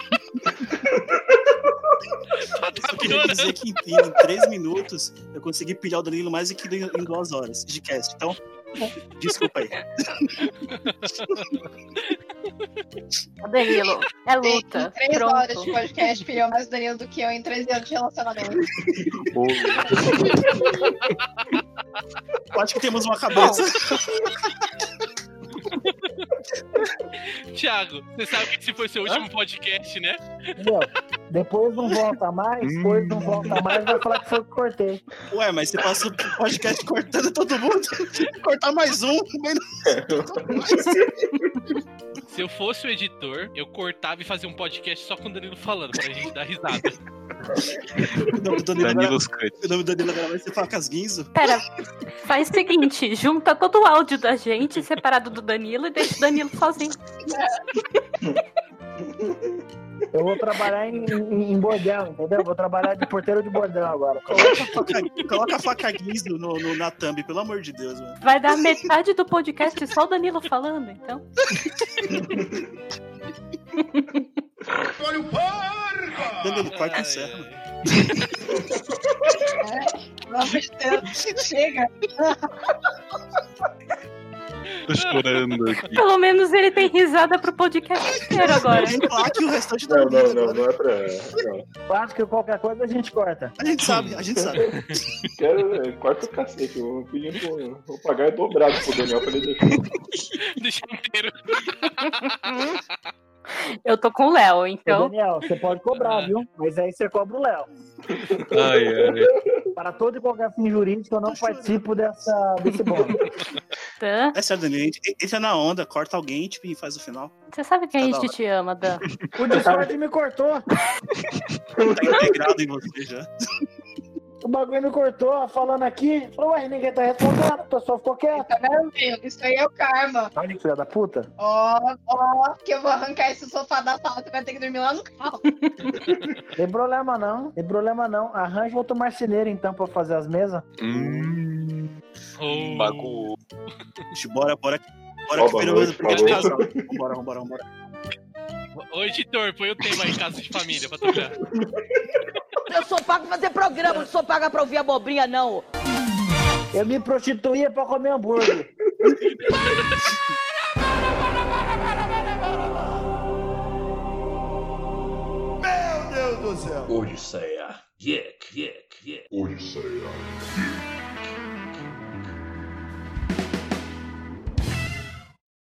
[SPEAKER 10] eu queria dizer que em, em três minutos eu consegui pilhar o Danilo mais do que em duas horas de cast. Então, desculpa aí.
[SPEAKER 6] Danilo, é luta.
[SPEAKER 5] Em três
[SPEAKER 6] Pronto.
[SPEAKER 5] horas de podcast, pilhou mais o Danilo do que eu em treze anos de relacionamento.
[SPEAKER 10] Acho que temos uma cabeça.
[SPEAKER 9] Thiago, você sabe que esse foi seu último podcast, né?
[SPEAKER 7] Entendeu? Depois não volta mais, depois não volta mais, vai falar que foi eu que cortei.
[SPEAKER 10] Ué, mas você passa o podcast cortando todo mundo. Cortar mais um. Mas não...
[SPEAKER 9] Se eu fosse o editor, eu cortava e fazia um podcast só com o Danilo falando, pra gente dar risada.
[SPEAKER 10] O nome do Danilo,
[SPEAKER 8] Danilo
[SPEAKER 10] agora, o nome do Danilo agora vai ser Facas Guinzo.
[SPEAKER 6] Pera, faz o seguinte, junta todo o áudio da gente, separado do Danilo, e deixa o Danilo sozinho.
[SPEAKER 7] Eu vou trabalhar em, em, em bordel, entendeu? Vou trabalhar de porteiro de bordel agora.
[SPEAKER 10] Coloca a faca, coloca a faca Guinzo no, no, na thumb, pelo amor de Deus, mano.
[SPEAKER 6] Vai dar metade do podcast só o Danilo falando, então.
[SPEAKER 2] Olha o porco!
[SPEAKER 10] Danilo, corta o serra.
[SPEAKER 5] Chega.
[SPEAKER 8] Tô chorando aqui.
[SPEAKER 6] Pelo menos ele tem risada pro podcast inteiro agora.
[SPEAKER 10] Aqui o restante da
[SPEAKER 3] Não, não,
[SPEAKER 10] vida,
[SPEAKER 3] não,
[SPEAKER 10] agora.
[SPEAKER 3] não é pra. Não.
[SPEAKER 7] Eu acho que qualquer coisa a gente corta.
[SPEAKER 10] A gente sabe, a gente sabe.
[SPEAKER 3] Quero, é, corta o cacete. Eu vou pedir pro. Vou pagar dobrado pro Daniel pra ele deixar.
[SPEAKER 9] Deixa inteiro.
[SPEAKER 6] Eu tô com o Léo,
[SPEAKER 7] Ô,
[SPEAKER 6] então.
[SPEAKER 7] Daniel, você pode cobrar, viu? Mas aí você cobra o Léo.
[SPEAKER 8] Ai, ai.
[SPEAKER 7] Para todo e qualquer fim jurídico, eu não participo dessa, desse bônus.
[SPEAKER 6] Dan,
[SPEAKER 10] É sério, Danilo, entra na onda, corta alguém tipo, e faz o final.
[SPEAKER 6] você sabe que a
[SPEAKER 10] Tá da
[SPEAKER 6] gente
[SPEAKER 10] hora.
[SPEAKER 6] te ama, Dan.
[SPEAKER 7] O Discord me cortou.
[SPEAKER 10] Tá integrado em você já.
[SPEAKER 7] O bagulho me cortou, falando aqui. Falou, ué, ninguém tá respondendo. O pessoal ficou quieto.
[SPEAKER 5] Tá vendo, filho? Isso aí é o karma.
[SPEAKER 7] Olha que filha da puta.
[SPEAKER 5] Ó, ó, que eu vou arrancar esse sofá da sala, você vai ter que dormir lá no carro.
[SPEAKER 7] Tem problema não, tem problema não. Arranja outro marceneiro então pra fazer as mesas.
[SPEAKER 8] Hum.
[SPEAKER 9] Oh.
[SPEAKER 8] Bagulho.
[SPEAKER 10] Bora, bora. Bora que
[SPEAKER 3] Boa
[SPEAKER 10] virou
[SPEAKER 3] noite, por
[SPEAKER 10] de
[SPEAKER 3] favor.
[SPEAKER 10] casal. Vambora, vambora, vambora.
[SPEAKER 9] Ô, editor, põe o tema em casa de família pra tocar.
[SPEAKER 11] Eu sou pago pra fazer programa, não sou paga pra ouvir abobrinha, não.
[SPEAKER 7] Eu me prostituía pra comer hambúrguer.
[SPEAKER 2] Meu Deus do céu!
[SPEAKER 1] Odisseia. Geek, geek, geek.
[SPEAKER 2] Odisseia.